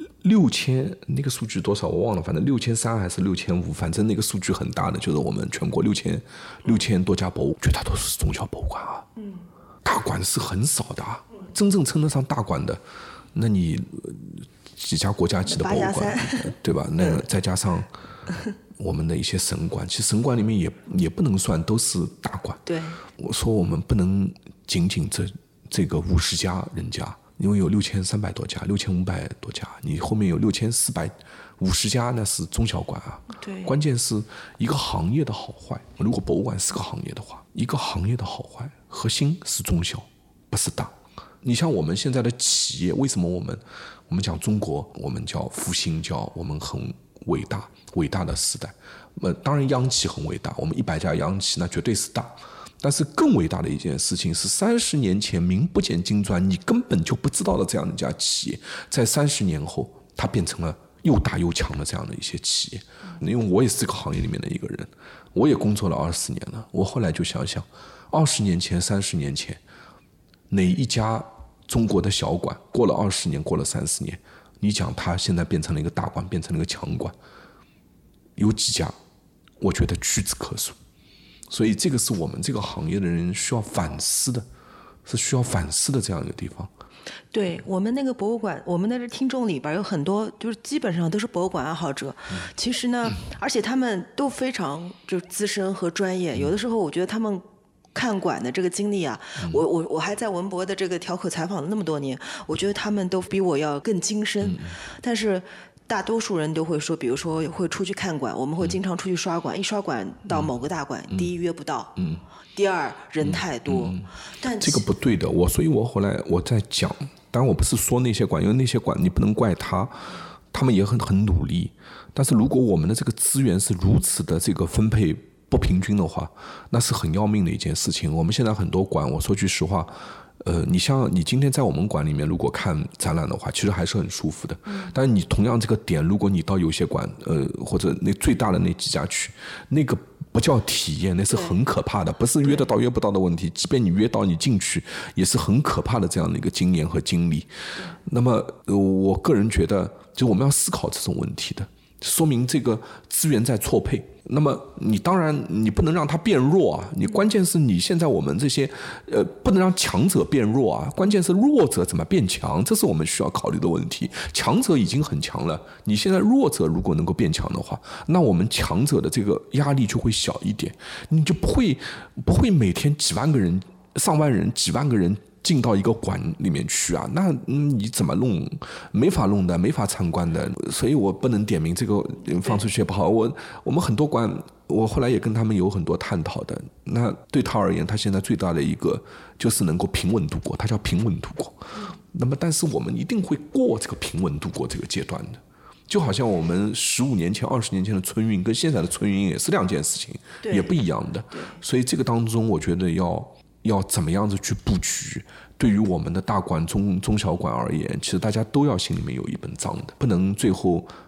6000那个数据多少我忘了，反正6300还是6500，反正那个数据很大的，就是我们全国6000多家博物，绝大多数是中小博物馆啊，大馆是很少的啊，真正称得上大馆的，那你几家国家级的博物馆，对吧？那再加上我们的一些省馆，其实省馆里面也不能算都是大馆。对，我说我们不能仅这个50家人家，因为有6300多家、6500多家，你后面有6450家，那是中小馆啊。对，关键是一个行业的好坏。如果博物馆是个行业的话，一个行业的好坏核心是中小，不是大。你像我们现在的企业，为什么我们讲中国，我们叫复兴，叫我们很伟大的时代。当然央企很伟大，我们100家央企那绝对是大。但是更伟大的一件事情是30年前名不见经传，你根本就不知道的这样一家企业，在30年后它变成了又大又强的这样的一些企业。因为我也是这个行业里面的一个人，我也工作了20年了。我后来就想想，20年前、30年前，哪一家中国的小馆过了20年，过了30年，你讲它现在变成了一个大馆，变成了一个强馆，有几家？我觉得屈指可数。所以这个是我们这个行业的人需要反思的，是需要反思的这样一个地方。 对，我们那个博物馆，我们的听众里边有很多就是基本上都是博物馆爱好者。其实呢，而且他们都非常就资深和专业，有的时候我觉得他们看馆的这个经历啊，我还在文博的这个调口采访了那么多年，我觉得他们都比我要更精深。但是大多数人都会说，比如说会出去看馆，我们会经常出去刷馆，一刷馆到某个大馆，第一约不到，第二人太多。但这个不对的，所以我后来我在讲，当然我不是说那些馆，因为那些馆你不能怪他们也很努力。但是如果我们的这个资源是如此的这个分配不平均的话，那是很要命的一件事情。我们现在很多馆，我说句实话，你像你今天在我们馆里面如果看展览的话，其实还是很舒服的。但是你同样这个点，如果你到有些馆，或者那最大的那几家去，那个不叫体验，那是很可怕的，不是约得到约不到的问题。即便你约到，你进去也是很可怕的这样的一个经验和经历。那么我个人觉得，就我们要思考这种问题的，说明这个资源在错配。那么你当然你不能让它变弱啊，你关键是你现在我们这些不能让强者变弱啊，关键是弱者怎么变强，这是我们需要考虑的问题。强者已经很强了，你现在弱者如果能够变强的话，那我们强者的这个压力就会小一点，你就不会每天几万个人、上万人、几万个人进到一个馆里面去啊，那你怎么弄？没法弄的，没法参观的。所以我不能点名，这个放出去也不好。我们很多馆，我后来也跟他们有很多探讨的。那对他而言，他现在最大的一个就是能够平稳度过，他叫平稳度过。那么，但是我们一定会过这个平稳度过这个阶段的。就好像我们15年前、20年前的春运跟现在的春运也是两件事情，也不一样的。所以这个当中，我觉得要怎么样子去布局，对于我们的大馆、中小馆而言，其实大家都要心里面有一本账的，不能最后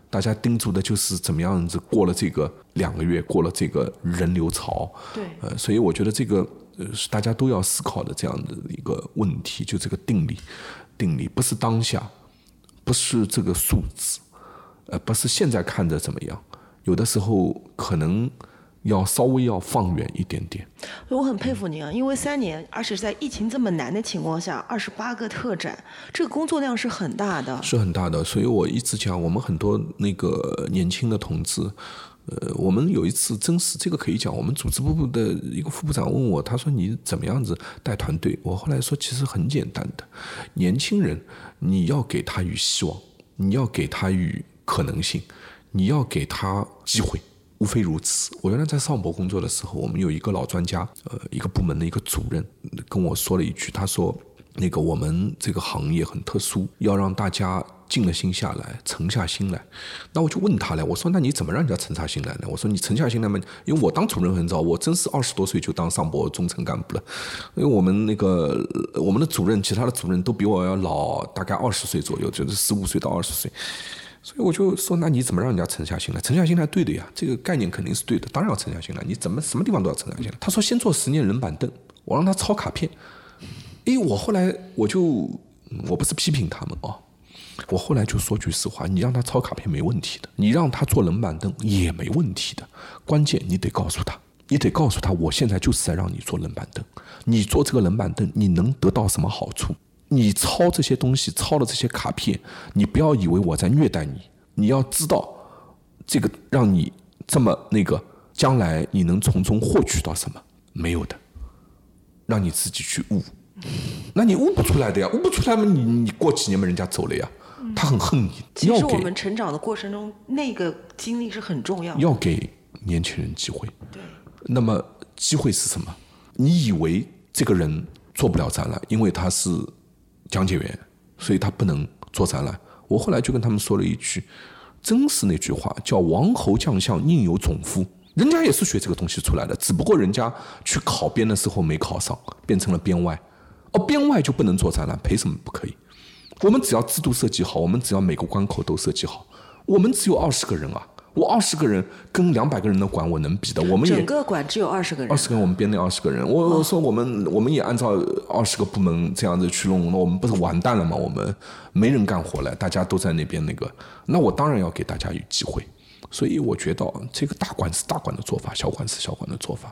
大家盯住的就是怎么样子过了这个2个月，过了这个人流潮。 对， 所以我觉得这个是大家都要思考的这样的一个问题，就这个定力不是当下，不是这个数字，不是现在看着怎么样，有的时候可能要稍微要放远一点点。 我很佩服您啊，因为3年，而且是在疫情这么难的情况下，28个特展，这个工作量是很大的。 是很大的，所以我一直讲，我们很多那个年轻的同志，我们有一次真是这个可以讲，我们组织部的一个副部长问我，他说你怎么样子带团队？我后来说其实很简单的，年轻人你要给他与希望，你要给他与可能性，你要给他机会。无非如此。我原来在上博工作的时候，我们有一个老专家，一个部门的一个主任跟我说了一句，他说那个我们这个行业很特殊，要让大家静了心下来，沉下心来。那我就问他了，我说那你怎么让人家沉下心来呢？我说你沉下心来嘛，因为我当主任很早，我真是20多岁就当上博中层干部了。因为我们的主任，其他的主任都比我要老，大概20岁左右，就是15岁到20岁。所以我就说，那你怎么让人家沉下心来？沉下心来，对的呀，这个概念肯定是对的，当然要沉下心来。你怎么什么地方都要沉下心来。他说先做10年人板凳，我让他抄卡片。我后来我不是批评他们啊，我后来就说句实话，你让他抄卡片没问题的，你让他做人板凳也没问题的，关键你得告诉他，我现在就是在让你做人板凳，你做这个人板凳，你能得到什么好处？你抄这些东西，抄了这些卡片，你不要以为我在虐待你，你要知道这个让你这么将来你能从中获取到什么？没有的，让你自己去悟。那你悟不出来的呀，悟不出来嘛，你过几年嘛，人家走了呀，他很恨你。 其实我们成长的过程中，那个经历是很重要的， 要给年轻人机会。 对， 那么机会是什么？你以为这个人做不了展览，因为他是讲解员，所以他不能做展览。我后来就跟他们说了一句，真是那句话，叫王侯将相宁有种乎？人家也是学这个东西出来的，只不过人家去考编的时候没考上，变成了编外。编外就不能做展览，凭什么不可以？我们只要制度设计好，我们只要每个关口都设计好，我们只有20个人啊。我20个人跟200个人的馆我能比的？我们也整个馆只有20个人 ，20个人我们编那20个人。我说我们也按照20个部门这样子去弄，那我们不是完蛋了吗？我们没人干活了，大家都在那边那我当然要给大家有机会。所以我觉得这个大馆是大馆的做法，小馆是小馆的做法。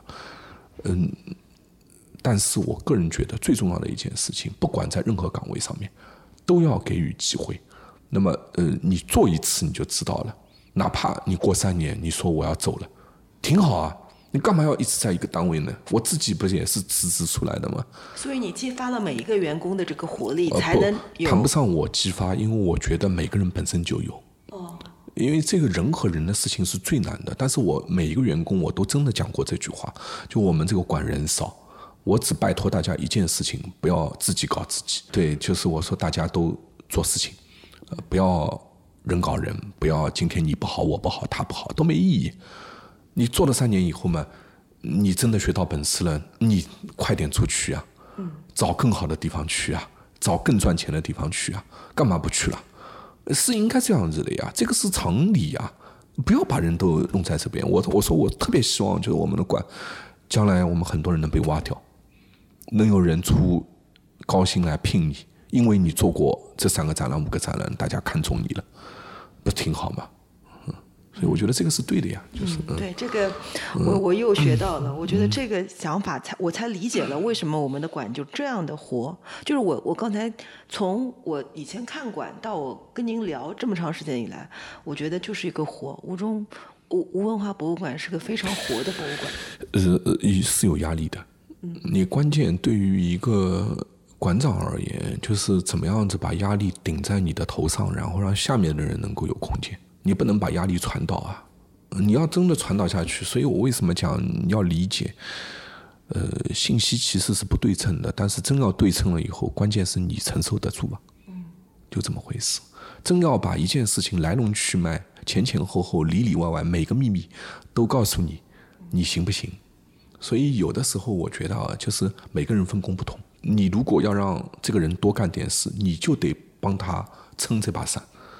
但是我个人觉得最重要的一件事情，不管在任何岗位上面，都要给予机会。那么你做一次你就知道了。哪怕你过3年你说我要走了，挺好啊，你干嘛要一直在一个单位呢？我自己不是也是辞职出来的吗？ 所以你激发了每一个员工的这个活力，才能有。 谈不上我激发，因为我觉得每个人本身就有。因为这个人和人的事情是最难的。但是我每一个员工我都真的讲过这句话，就我们这个馆人少，我只拜托大家一件事情，不要自己搞自己。对，就是我说大家都做事情，不要人搞人，不要今天你不好我不好他不好，都没意义。你做了3年以后嘛，你真的学到本事了，你快点出去啊，找更好的地方去啊，找更赚钱的地方去啊，干嘛不去了？是应该这样子的呀，这个是常理呀，不要把人都弄在这边。我说我特别希望就是我们的馆，将来我们很多人能被挖掉，能有人出高薪来聘你，因为你做过这3个展览5个展览，大家看中你了，不挺好吗？所以我觉得这个是对的呀，就是对这个我又学到了，我觉得这个想法我才理解了为什么我们的馆就这样的活。就是我刚才从我以前看馆到我跟您聊这么长时间以来，我觉得就是一个活。吴文华博物馆是个非常活的博物馆。 是有压力的。你关键对于一个馆长而言，就是怎么样子把压力顶在你的头上，然后让下面的人能够有空间。你不能把压力传导啊！你要真的传导下去，所以我为什么讲你要理解，信息其实是不对称的，但是真要对称了以后，关键是你承受得住啊，就这么回事。真要把一件事情来龙去脉、前前后后、里里外外每个秘密都告诉你，你行不行？所以有的时候我觉得啊，就是每个人分工不同，你如果要让这个人多干点事，你就得帮他撑这把伞。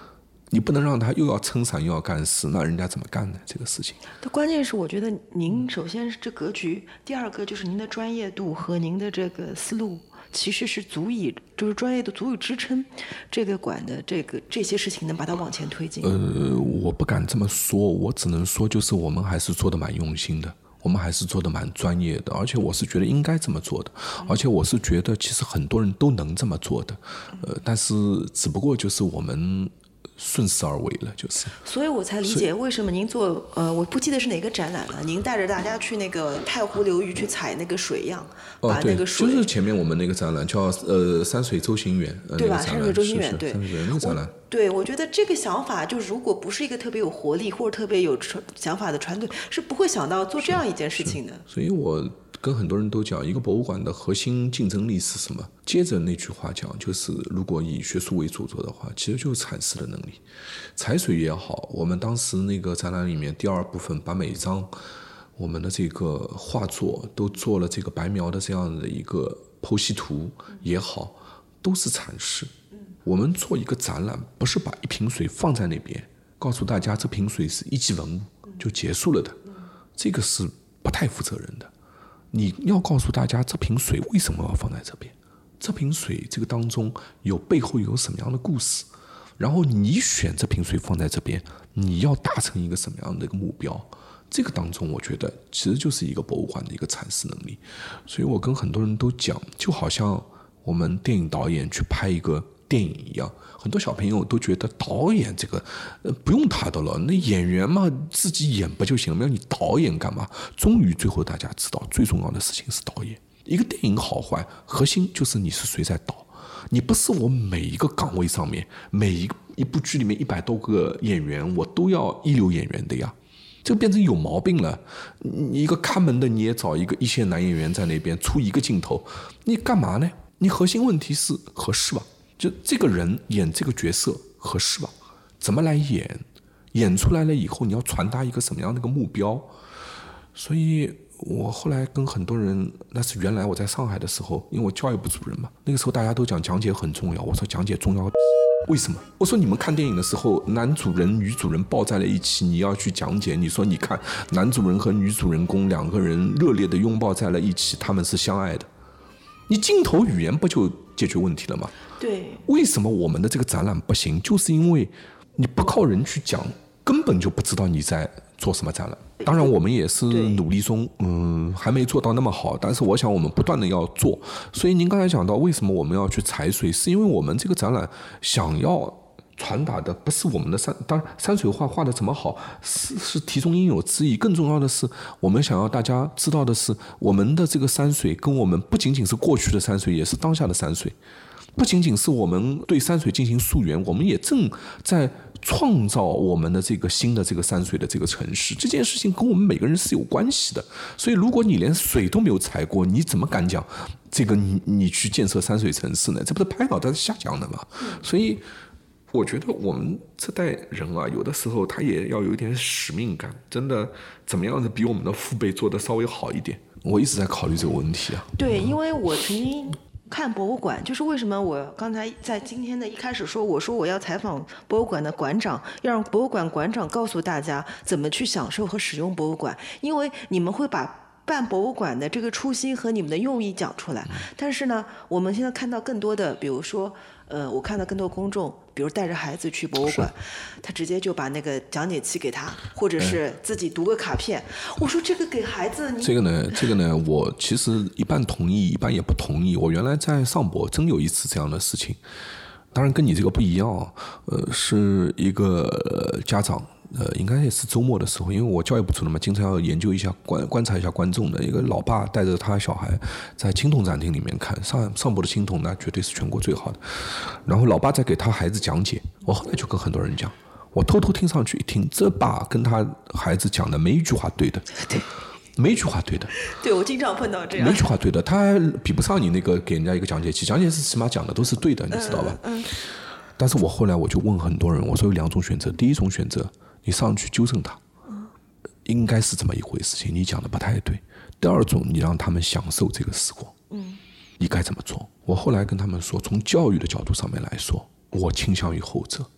你不能让他又要撑伞又要干事，那人家怎么干呢？这个事情。 但关键是，我觉得您首先是这格局，第二个就是您的专业度和您的这个思路，其实是就是专业度足以支撑这个馆的这些事情能把它往前推进。 我不敢这么说，我只能说就是我们还是做的蛮用心的。我们还是做的蛮专业的，而且我是觉得应该这么做的，而且我是觉得其实很多人都能这么做的，但是只不过就是我们顺势而为了，就是。 所以我才理解为什么您做我不记得是哪个展览了，您带着大家去那个太湖流域去采那个水样，把那个水就是前面我们那个展览叫山水周行远， 对吧？山水周行远，对， 山水那个展览。 对，我觉得这个想法，就如果不是一个特别有活力或者特别有想法的团队，是不会想到做这样一件事情的。 所以我跟很多人都讲，一个博物馆的核心竞争力是什么？接着那句话讲，就是如果以学术为主做的话，其实就是阐释的能力。采水也好，我们当时那个展览里面第二部分把每一张我们的这个画作都做了这个白描的这样的一个剖析图也好，都是阐释。我们做一个展览，不是把一瓶水放在那边，告诉大家这瓶水是一级文物就结束了的，这个是不太负责任的。你要告诉大家这瓶水为什么要放在这边，这瓶水这个当中背后有什么样的故事，然后你选这瓶水放在这边，你要达成一个什么样的一个目标，这个当中我觉得其实就是一个博物馆的一个阐释能力。所以我跟很多人都讲，就好像我们电影导演去拍一个电影一样，很多小朋友都觉得导演这个不用他的了，那演员嘛自己演不就行了，要你导演干嘛？终于最后大家知道最重要的事情是导演。一个电影好坏核心就是你是谁在导，你不是我每一个岗位上面每一部剧里面100多个演员我都要一流演员的呀，这个变成有毛病了。你一个看门的你也找一个一线男演员在那边出一个镜头，你干嘛呢？你核心问题是合适吧？就这个人演这个角色合适吧？怎么来演？演出来了以后，你要传达一个什么样的一个目标？所以我后来跟很多人，那是原来我在上海的时候，因为我教育部主任嘛，那个时候大家都讲解很重要，我说讲解重要，为什么？我说你们看电影的时候，男主人女主人抱在了一起，你要去讲解，你说你看男主人和女主人公2个人热烈的拥抱在了一起，他们是相爱的，你镜头语言不就解决问题了吗？ 对， 为什么我们的这个展览不行？就是因为你不靠人去讲，根本就不知道你在做什么展览。当然我们也是努力中还没做到那么好，但是我想我们不断的要做。所以您刚才讲到为什么我们要去采水，是因为我们这个展览想要传达的不是我们的当然山水画的怎么好是题中应有之义，更重要的是我们想要大家知道的是，我们的这个山水跟我们不仅仅是过去的山水，也是当下的山水，不仅仅是我们对山水进行溯源，我们也正在创造我们的这个新的这个山水的这个城市，这件事情跟我们每个人是有关系的。所以如果你连水都没有采过，你怎么敢讲这个你去建设山水城市呢？这不是拍脑袋瞎讲的吗？所以我觉得我们这代人啊，有的时候他也要有一点使命感，真的怎么样子比我们的父辈做的稍微好一点。我一直在考虑这个问题啊。 对，因为我曾经看博物馆，就是为什么我刚才在今天的一开始说，我说我要采访博物馆的馆长，要让博物馆馆长告诉大家怎么去享受和使用博物馆，因为你们会把办博物馆的这个初心和你们的用意讲出来。但是呢，我们现在看到更多的，比如说我看到更多公众，比如带着孩子去博物馆，他直接就把那个讲解器给他，或者是自己读个卡片。我说这个给孩子， 这个呢，我其实一半同意，一半也不同意。我原来在上博真有一次这样的事情，当然跟你这个不一样，是一个家长。应该也是周末的时候，因为我教育部主任嘛，经常要研究一下观察一下观众的。一个老爸带着他小孩在青铜展厅里面看上博的青铜呢，绝对是全国最好的。然后老爸在给他孩子讲解，我后来就跟很多人讲，我偷偷听上去一听，这爸跟他孩子讲的没一句话对的， 对， 没一句话对的。 对，我经常碰到这样， 没一句话对的，他比不上你那个给人家一个讲解器，讲解器起码讲的都是对的，你知道吧？但是我后来我就问很多人，我说有2种选择，第一种选择。你上去纠正他，应该是这么一回事情，你讲的不太对。第二种，你让他们享受这个时光，你该怎么做？我后来跟他们说，从教育的角度上面来说，我倾向于后者，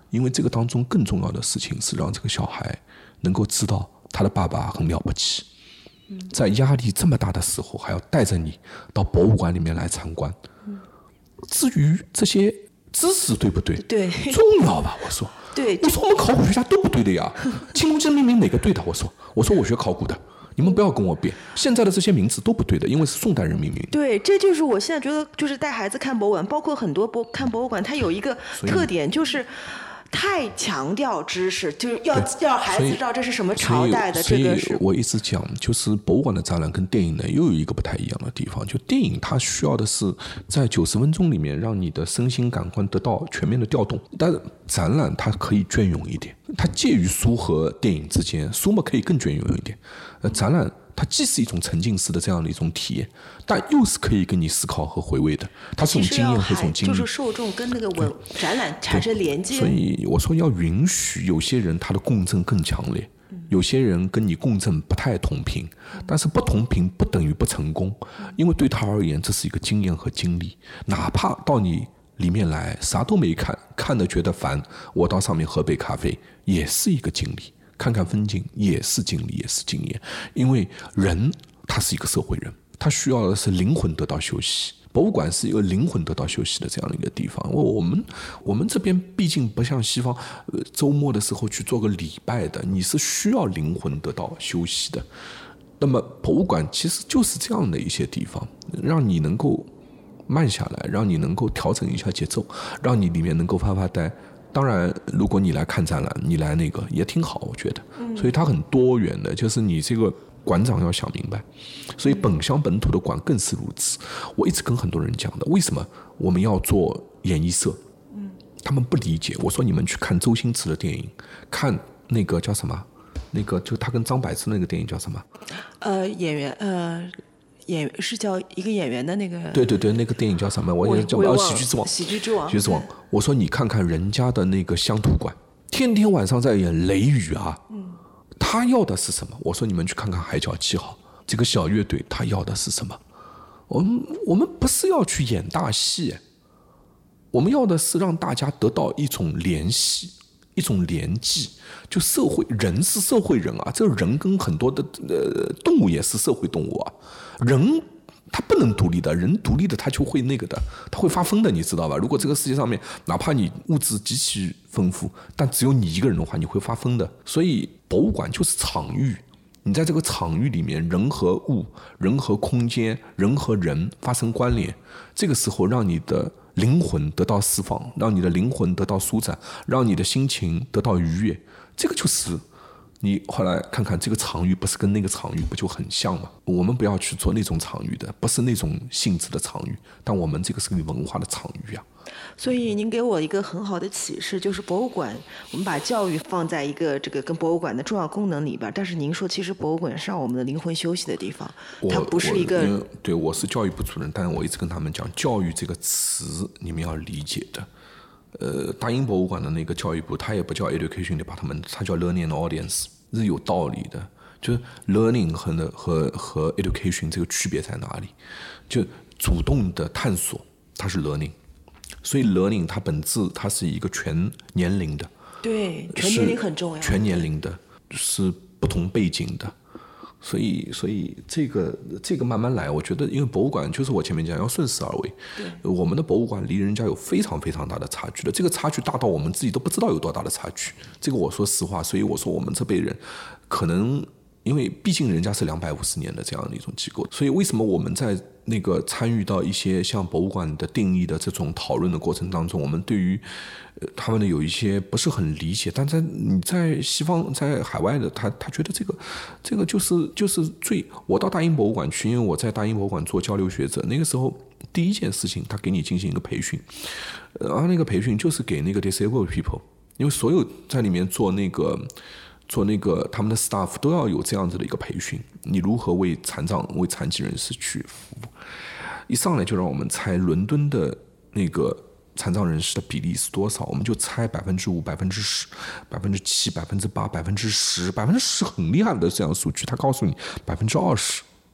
因为这个当中更重要的事情是让这个小孩能够知道他的爸爸很了不起，在压力这么大的时候还要带着你到博物馆里面来参观。至于这些知识对不对？ 对， 重要吧？我说， 对， 我说我们考古学家都不对的呀。清宫记命名哪个对的？我说我学考古的，你们不要跟我辩。现在的这些名字都不对的，因为是宋代人命名的。 对，这就是我现在觉得，就是带孩子看博物馆，包括很多看博物馆，它有一个特点就是太强调知识，就是要孩子知道这是什么朝代的。这个是我一直讲，就是博物馆的展览跟电影呢又有一个不太一样的地方。就电影它需要的是在90分钟里面让你的身心感官得到全面的调动，但是展览它可以隽永一点，它介于书和电影之间，书嘛可以更隽永一点，展览它既是一种沉浸式的这样的一种体验，但又是可以跟你思考和回味的，它是一种经验和一种经历。 就是受众跟那个展览产生连接。 所以我说要允许有些人他的共振更强烈，有些人跟你共振不太同频，但是不同频不等于不成功，因为对他而言这是一个经验和经历，哪怕到你里面来啥都没看，看得觉得烦，我到上面喝杯咖啡也是一个经历，看看风景也是经历，也是经验。因为人他是一个社会人，他需要的是灵魂得到休息，博物馆是一个灵魂得到休息的这样的一个地方。我们这边毕竟不像西方，周末的时候去做个礼拜的，你是需要灵魂得到休息的。那么博物馆其实就是这样的一些地方，让你能够慢下来，让你能够调整一下节奏，让你里面能够发发呆。当然如果你来看展览，你来那个也挺好，我觉得。所以它很多元的，就是你这个馆长要想明白。所以本乡本土的馆更是如此。我一直跟很多人讲的，为什么我们要做演艺社？他们不理解。我说你们去看周星驰的电影，看那个叫什么，那个就他跟张柏芝那个电影叫什么？ 演员是叫一个演员的那个。 对对对，那个电影叫什么？我也叫喜剧之王。 喜剧之王。 喜剧之王。我说你看看人家的那个乡土馆，天天晚上在演雷雨啊。他要的是什么？我说你们去看看海角七号这个小乐队，他要的是什么？我们不是要去演大戏，我们要的是让大家得到一种联系，一种联系。就社会人是社会人啊，这人跟很多的动物也是社会动物啊。人他不能独立的，人独立的他就会那个的，他会发疯的，你知道吧？如果这个世界上面哪怕你物质极其丰富，但只有你一个人的话，你会发疯的。所以博物馆就是场域，你在这个场域里面，人和物、人和空间、人和人发生关联，这个时候让你的灵魂得到释放，让你的灵魂得到舒展，让你的心情得到愉悦，这个就是你后来看看这个场域不是跟那个场域不就很像吗？我们不要去做那种场域的，不是那种性质的场域，但我们这个是个文化的场域啊。 所以您给我一个很好的启示，就是博物馆，我们把教育放在一个这个跟博物馆的重要功能里边，但是您说其实博物馆是让我们的灵魂休息的地方，它不是一个。 对，我是教育部主任，但是我一直跟他们讲，教育这个词你们要理解的。大英博物馆的那个教育部，它也不叫 education department， 它叫 learning audience， 是有道理的。就是 learning 和 education 这个区别在哪里？就主动的探索，它是 learning， 所以 learning 它本质它是一个全年龄的， 对，全年龄很重要， 全年龄的，是不同背景的。所以这个慢慢来，我觉得，因为博物馆就是我前面讲要顺势而为。我们的博物馆离人家有非常非常大的差距的，这个差距大到我们自己都不知道有多大的差距。这个我说实话，所以我说我们这辈人可能，因为毕竟人家是250年的这样的一种机构，所以为什么我们在那个参与到一些像博物馆的定义的这种讨论的过程当中，我们对于他们的有一些不是很理解，但你在西方在海外的他觉得这个就是我到大英博物馆去，因为我在大英博物馆做交流学者，那个时候第一件事情他给你进行一个培训，然后那个培训就是给那个 disabled people， 因为所有在里面做那个他们的 staff 都要有这样子的一个培训，你如何为残疾人士去服务。一上来就让我们猜伦敦的那个残障人士的比例是多少，我们就猜5%、10%、7%、8%、10%很厉害的这样数据，他告诉你20%，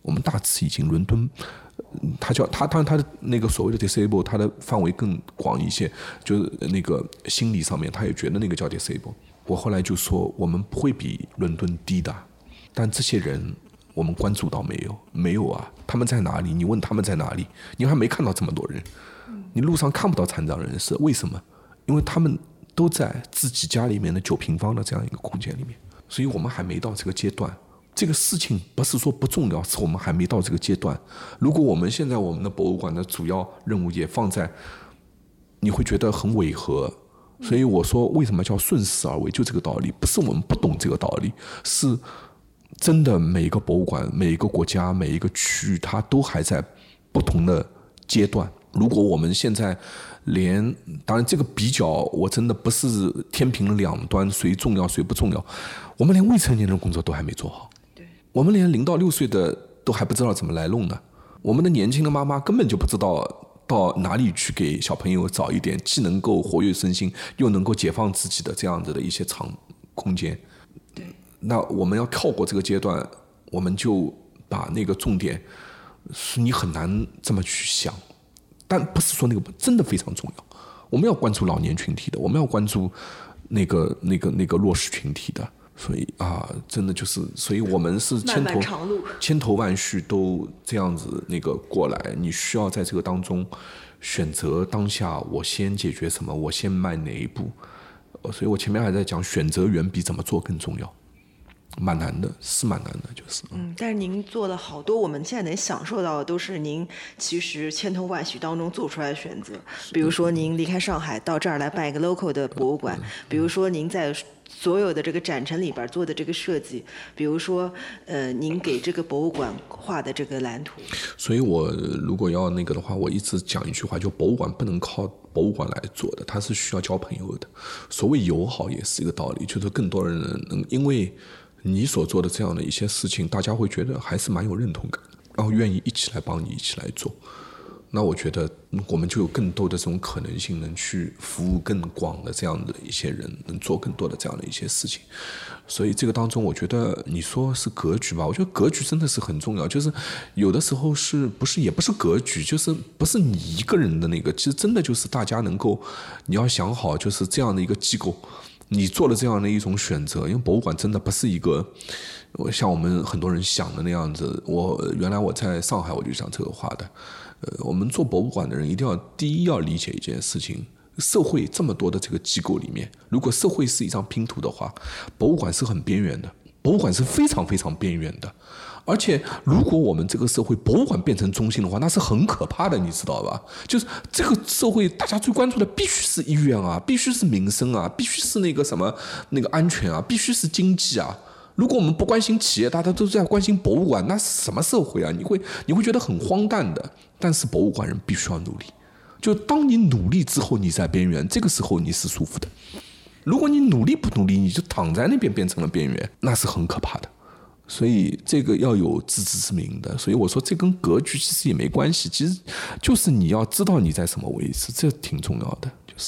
我们大致已经伦敦，他当然他的那个所谓的 disable， 他的范围更广一些，就是那个心理上面，他也觉得那个叫 disable。我后来就说，我们不会比伦敦低的，但这些人我们关注到没有？没有啊，他们在哪里？你问他们在哪里，你还没看到这么多人，你路上看不到残障人士，为什么？因为他们都在自己家里面的9平方的这样一个空间里面，所以我们还没到这个阶段。这个事情不是说不重要，是我们还没到这个阶段。如果我们现在我们的博物馆的主要任务也放在，你会觉得很违和。所以我说为什么叫顺势而为，就这个道理，不是我们不懂这个道理，是真的每一个博物馆、每一个国家、每一个区域，它都还在不同的阶段。如果我们现在当然这个比较我真的不是天平两端谁重要谁不重要，我们连未成年人的工作都还没做好，我们连0到6岁的都还不知道怎么来弄呢。我们的年轻的妈妈根本就不知道到哪里去给小朋友找一点既能够活跃身心又能够解放自己的这样子的一些空间。 对， 那我们要跳过这个阶段，我们就把那个重点是你很难这么去想，但不是说那个真的非常重要。我们要关注老年群体的，我们要关注那个弱势群体的。所以真的就是，所以我们是千头万绪都这样子过来，你需要在这个当中选择当下，我先解决什么，我先迈哪一步。所以我前面还在讲，选择远比怎么做更重要。蛮难的，是蛮难的，就是。 但是您做了好多，我们现在能享受到的都是您其实千头万绪当中做出来的选择。比如说您离开上海到这儿来办一个 local 的博物馆，比如说您在所有的这个展陈里边做的这个设计，比如说您给这个博物馆画的这个蓝图。所以我如果要那个的话，我一直讲一句话，就博物馆不能靠博物馆来做的，它是需要交朋友的。所谓友好也是一个道理，就是更多人能因为你所做的这样的一些事情，大家会觉得还是蛮有认同感的，然后愿意一起来帮你一起来做。那我觉得我们就有更多的这种可能性，能去服务更广的这样的一些人，能做更多的这样的一些事情。所以这个当中，我觉得你说是格局吧，我觉得格局真的是很重要。就是有的时候也不是格局，就是不是你一个人的那个，其实真的就是大家能够，你要想好，就是这样的一个机构，你做了这样的一种选择。因为博物馆真的不是一个像我们很多人想的那样子。原来我在上海我就讲这个话的。我们做博物馆的人一定要第一要理解一件事情，社会这么多的这个机构里面，如果社会是一张拼图的话，博物馆是很边缘的，博物馆是非常非常边缘的。而且如果我们这个社会博物馆变成中心的话，那是很可怕的，你知道吧？就是这个社会大家最关注的必须是医院啊，必须是民生啊，必须是那个什么那个安全啊，必须是经济啊。如果我们不关心企业，大家都在关心博物馆，那是什么社会啊？你会觉得很荒诞的。但是博物馆人必须要努力，就当你努力之后，你在边缘，这个时候你是舒服的。如果你努力不努力，你就躺在那边变成了边缘，那是很可怕的。所以这个要有自知之明的。所以我说这跟格局其实也没关系，其实就是你要知道你在什么位置，这挺重要的。就是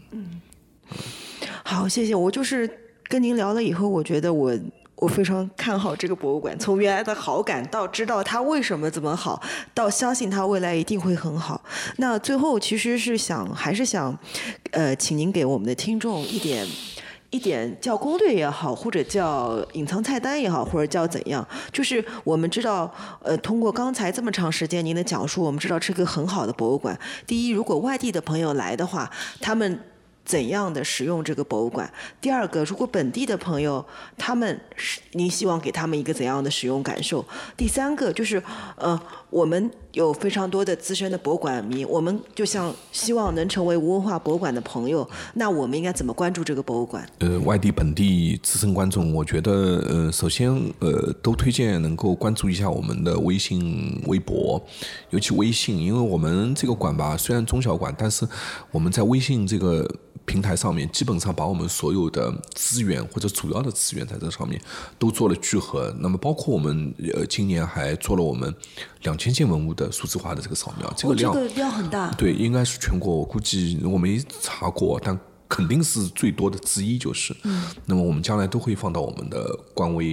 好，谢谢。我就是跟您聊了以后，我觉得我非常看好这个博物馆，从原来的好感到知道它为什么这么好，到相信它未来一定会很好。那最后其实是还是想请您给我们的听众一点叫攻略也好，或者叫隐藏菜单也好，或者叫怎样，就是我们知道通过刚才这么长时间您的讲述，我们知道这个很好的博物馆。第一，如果外地的朋友来的话，他们怎样的使用这个博物馆？第二个，如果本地的朋友，您希望给他们一个怎样的使用感受？第三个就是我们有非常多的资深的博物馆迷，我们就像希望能成为无文化博物馆的朋友，那我们应该怎么关注这个博物馆？ 外地本地资深观众，我觉得首先都推荐能够关注一下我们的微信、微博，尤其微信，因为我们这个馆吧虽然中小馆，但是我们在微信这个平台上面基本上把我们所有的资源或者主要的资源在这上面都做了聚合。那么包括我们今年还做了我们2000件文物的数字化的这个扫描，这个量很大。 对，应该是全国我估计我没查过，但肯定是最多的之一，就是那么我们将来都会放到我们的官微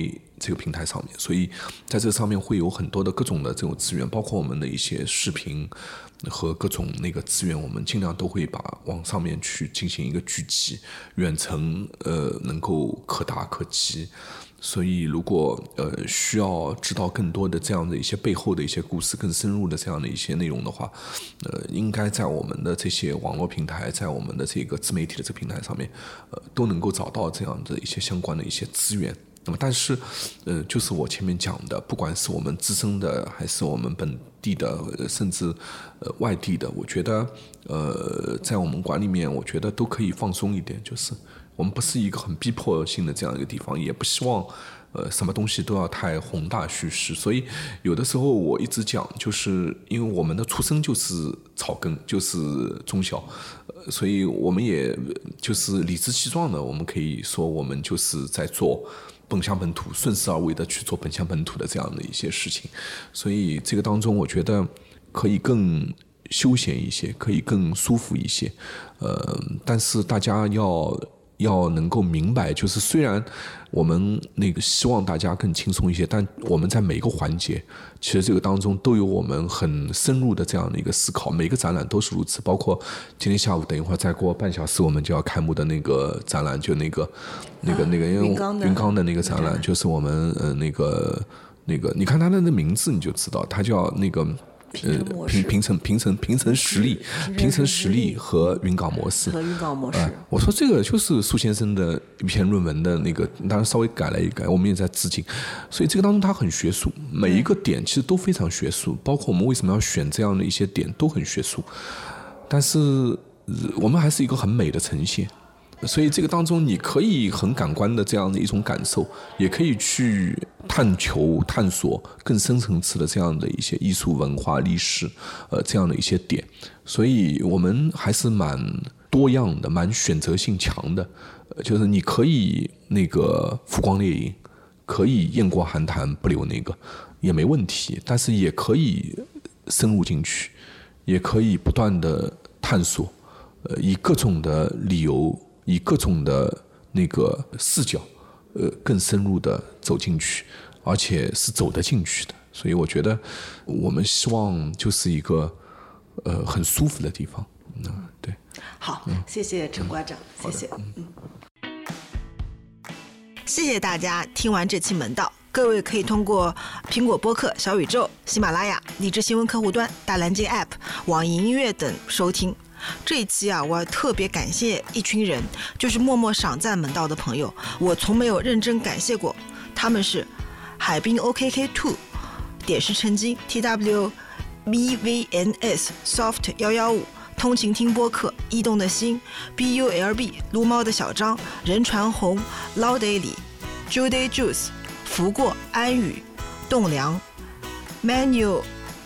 这个平台上面，所以在这上面会有很多的各种的这种资源，包括我们的一些视频和各种那个资源，我们尽量都会把往上面去进行一个聚集，远程能够可达可及。所以如果需要知道更多的这样的一些背后的一些故事，更深入的这样的一些内容的话，应该在我们的这些网络平台，在我们的这个自媒体的这个平台上面，都能够找到这样的一些相关的一些资源。那么但是就是我前面讲的，不管是我们自身的还是我们本地的，甚至外地的，我觉得在我们馆里面，我觉得都可以放松一点，就是我们不是一个很逼迫性的这样一个地方，也不希望什么东西都要太宏大叙事。所以有的时候我一直讲，就是因为我们的出身就是草根，就是中小，所以我们也就是理直气壮的，我们可以说我们就是在做本乡本土，顺势而为的去做本乡本土的这样的一些事情。所以这个当中我觉得可以更休闲一些，可以更舒服一些。但是大家要能够明白，就是虽然我们那个希望大家更轻松一些，但我们在每个环节，其实这个当中都有我们很深入的这样的一个思考，每个展览都是如此。包括今天下午等一会儿再过半小时我们就要开幕的那个展览，就那个云冈的那个展览，就是我们那个你看它的那名字你就知道，它叫那个平层实力和云冈模式。我说这个就是苏先生的一篇论文的那个，当然稍微改了一改，我们也在致敬。所以这个当中它很学术，每一个点其实都非常学术，包括我们为什么要选这样的一些点都很学术，但是我们还是一个很美的呈现。所以这个当中你可以很感官的这样的一种感受，也可以去探索更深层次的这样的一些艺术文化历史这样的一些点。所以我们还是蛮多样的，蛮选择性强的，就是你可以那个浮光掠影，可以雁过寒潭不留那个也没问题，但是也可以深入进去，也可以不断的探索，以各种的理由，以各种的那个视角，更深入的走进去，而且是走得进去的。所以我觉得我们希望就是一个很舒服的地方。对。 好，谢谢陈馆长，谢谢。 谢谢大家听完这期门道。各位可以通过苹果播客、小宇宙、喜马拉雅、荔枝新闻客户端、大蓝鲸 App、网易音乐等收听。这一期我要特别感谢一群人，就是默默赏赞门道的朋友，我从没有认真感谢过。他们是海滨 OKK2、点石成金 TWBVNS、Soft 115、通勤听播客、异动的心、BULB、撸猫的小张、人传红、Loud Daily、Judy Juice、福过、安宇、栋梁、Manuel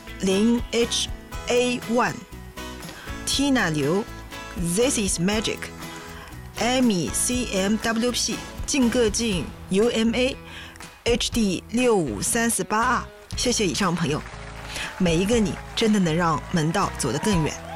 0HA1、Tina 刘、This is Magic、Amy CMWP、劲个劲 UMA、HD 65348R。谢谢以上朋友，每一个你真的能让门道走得更远。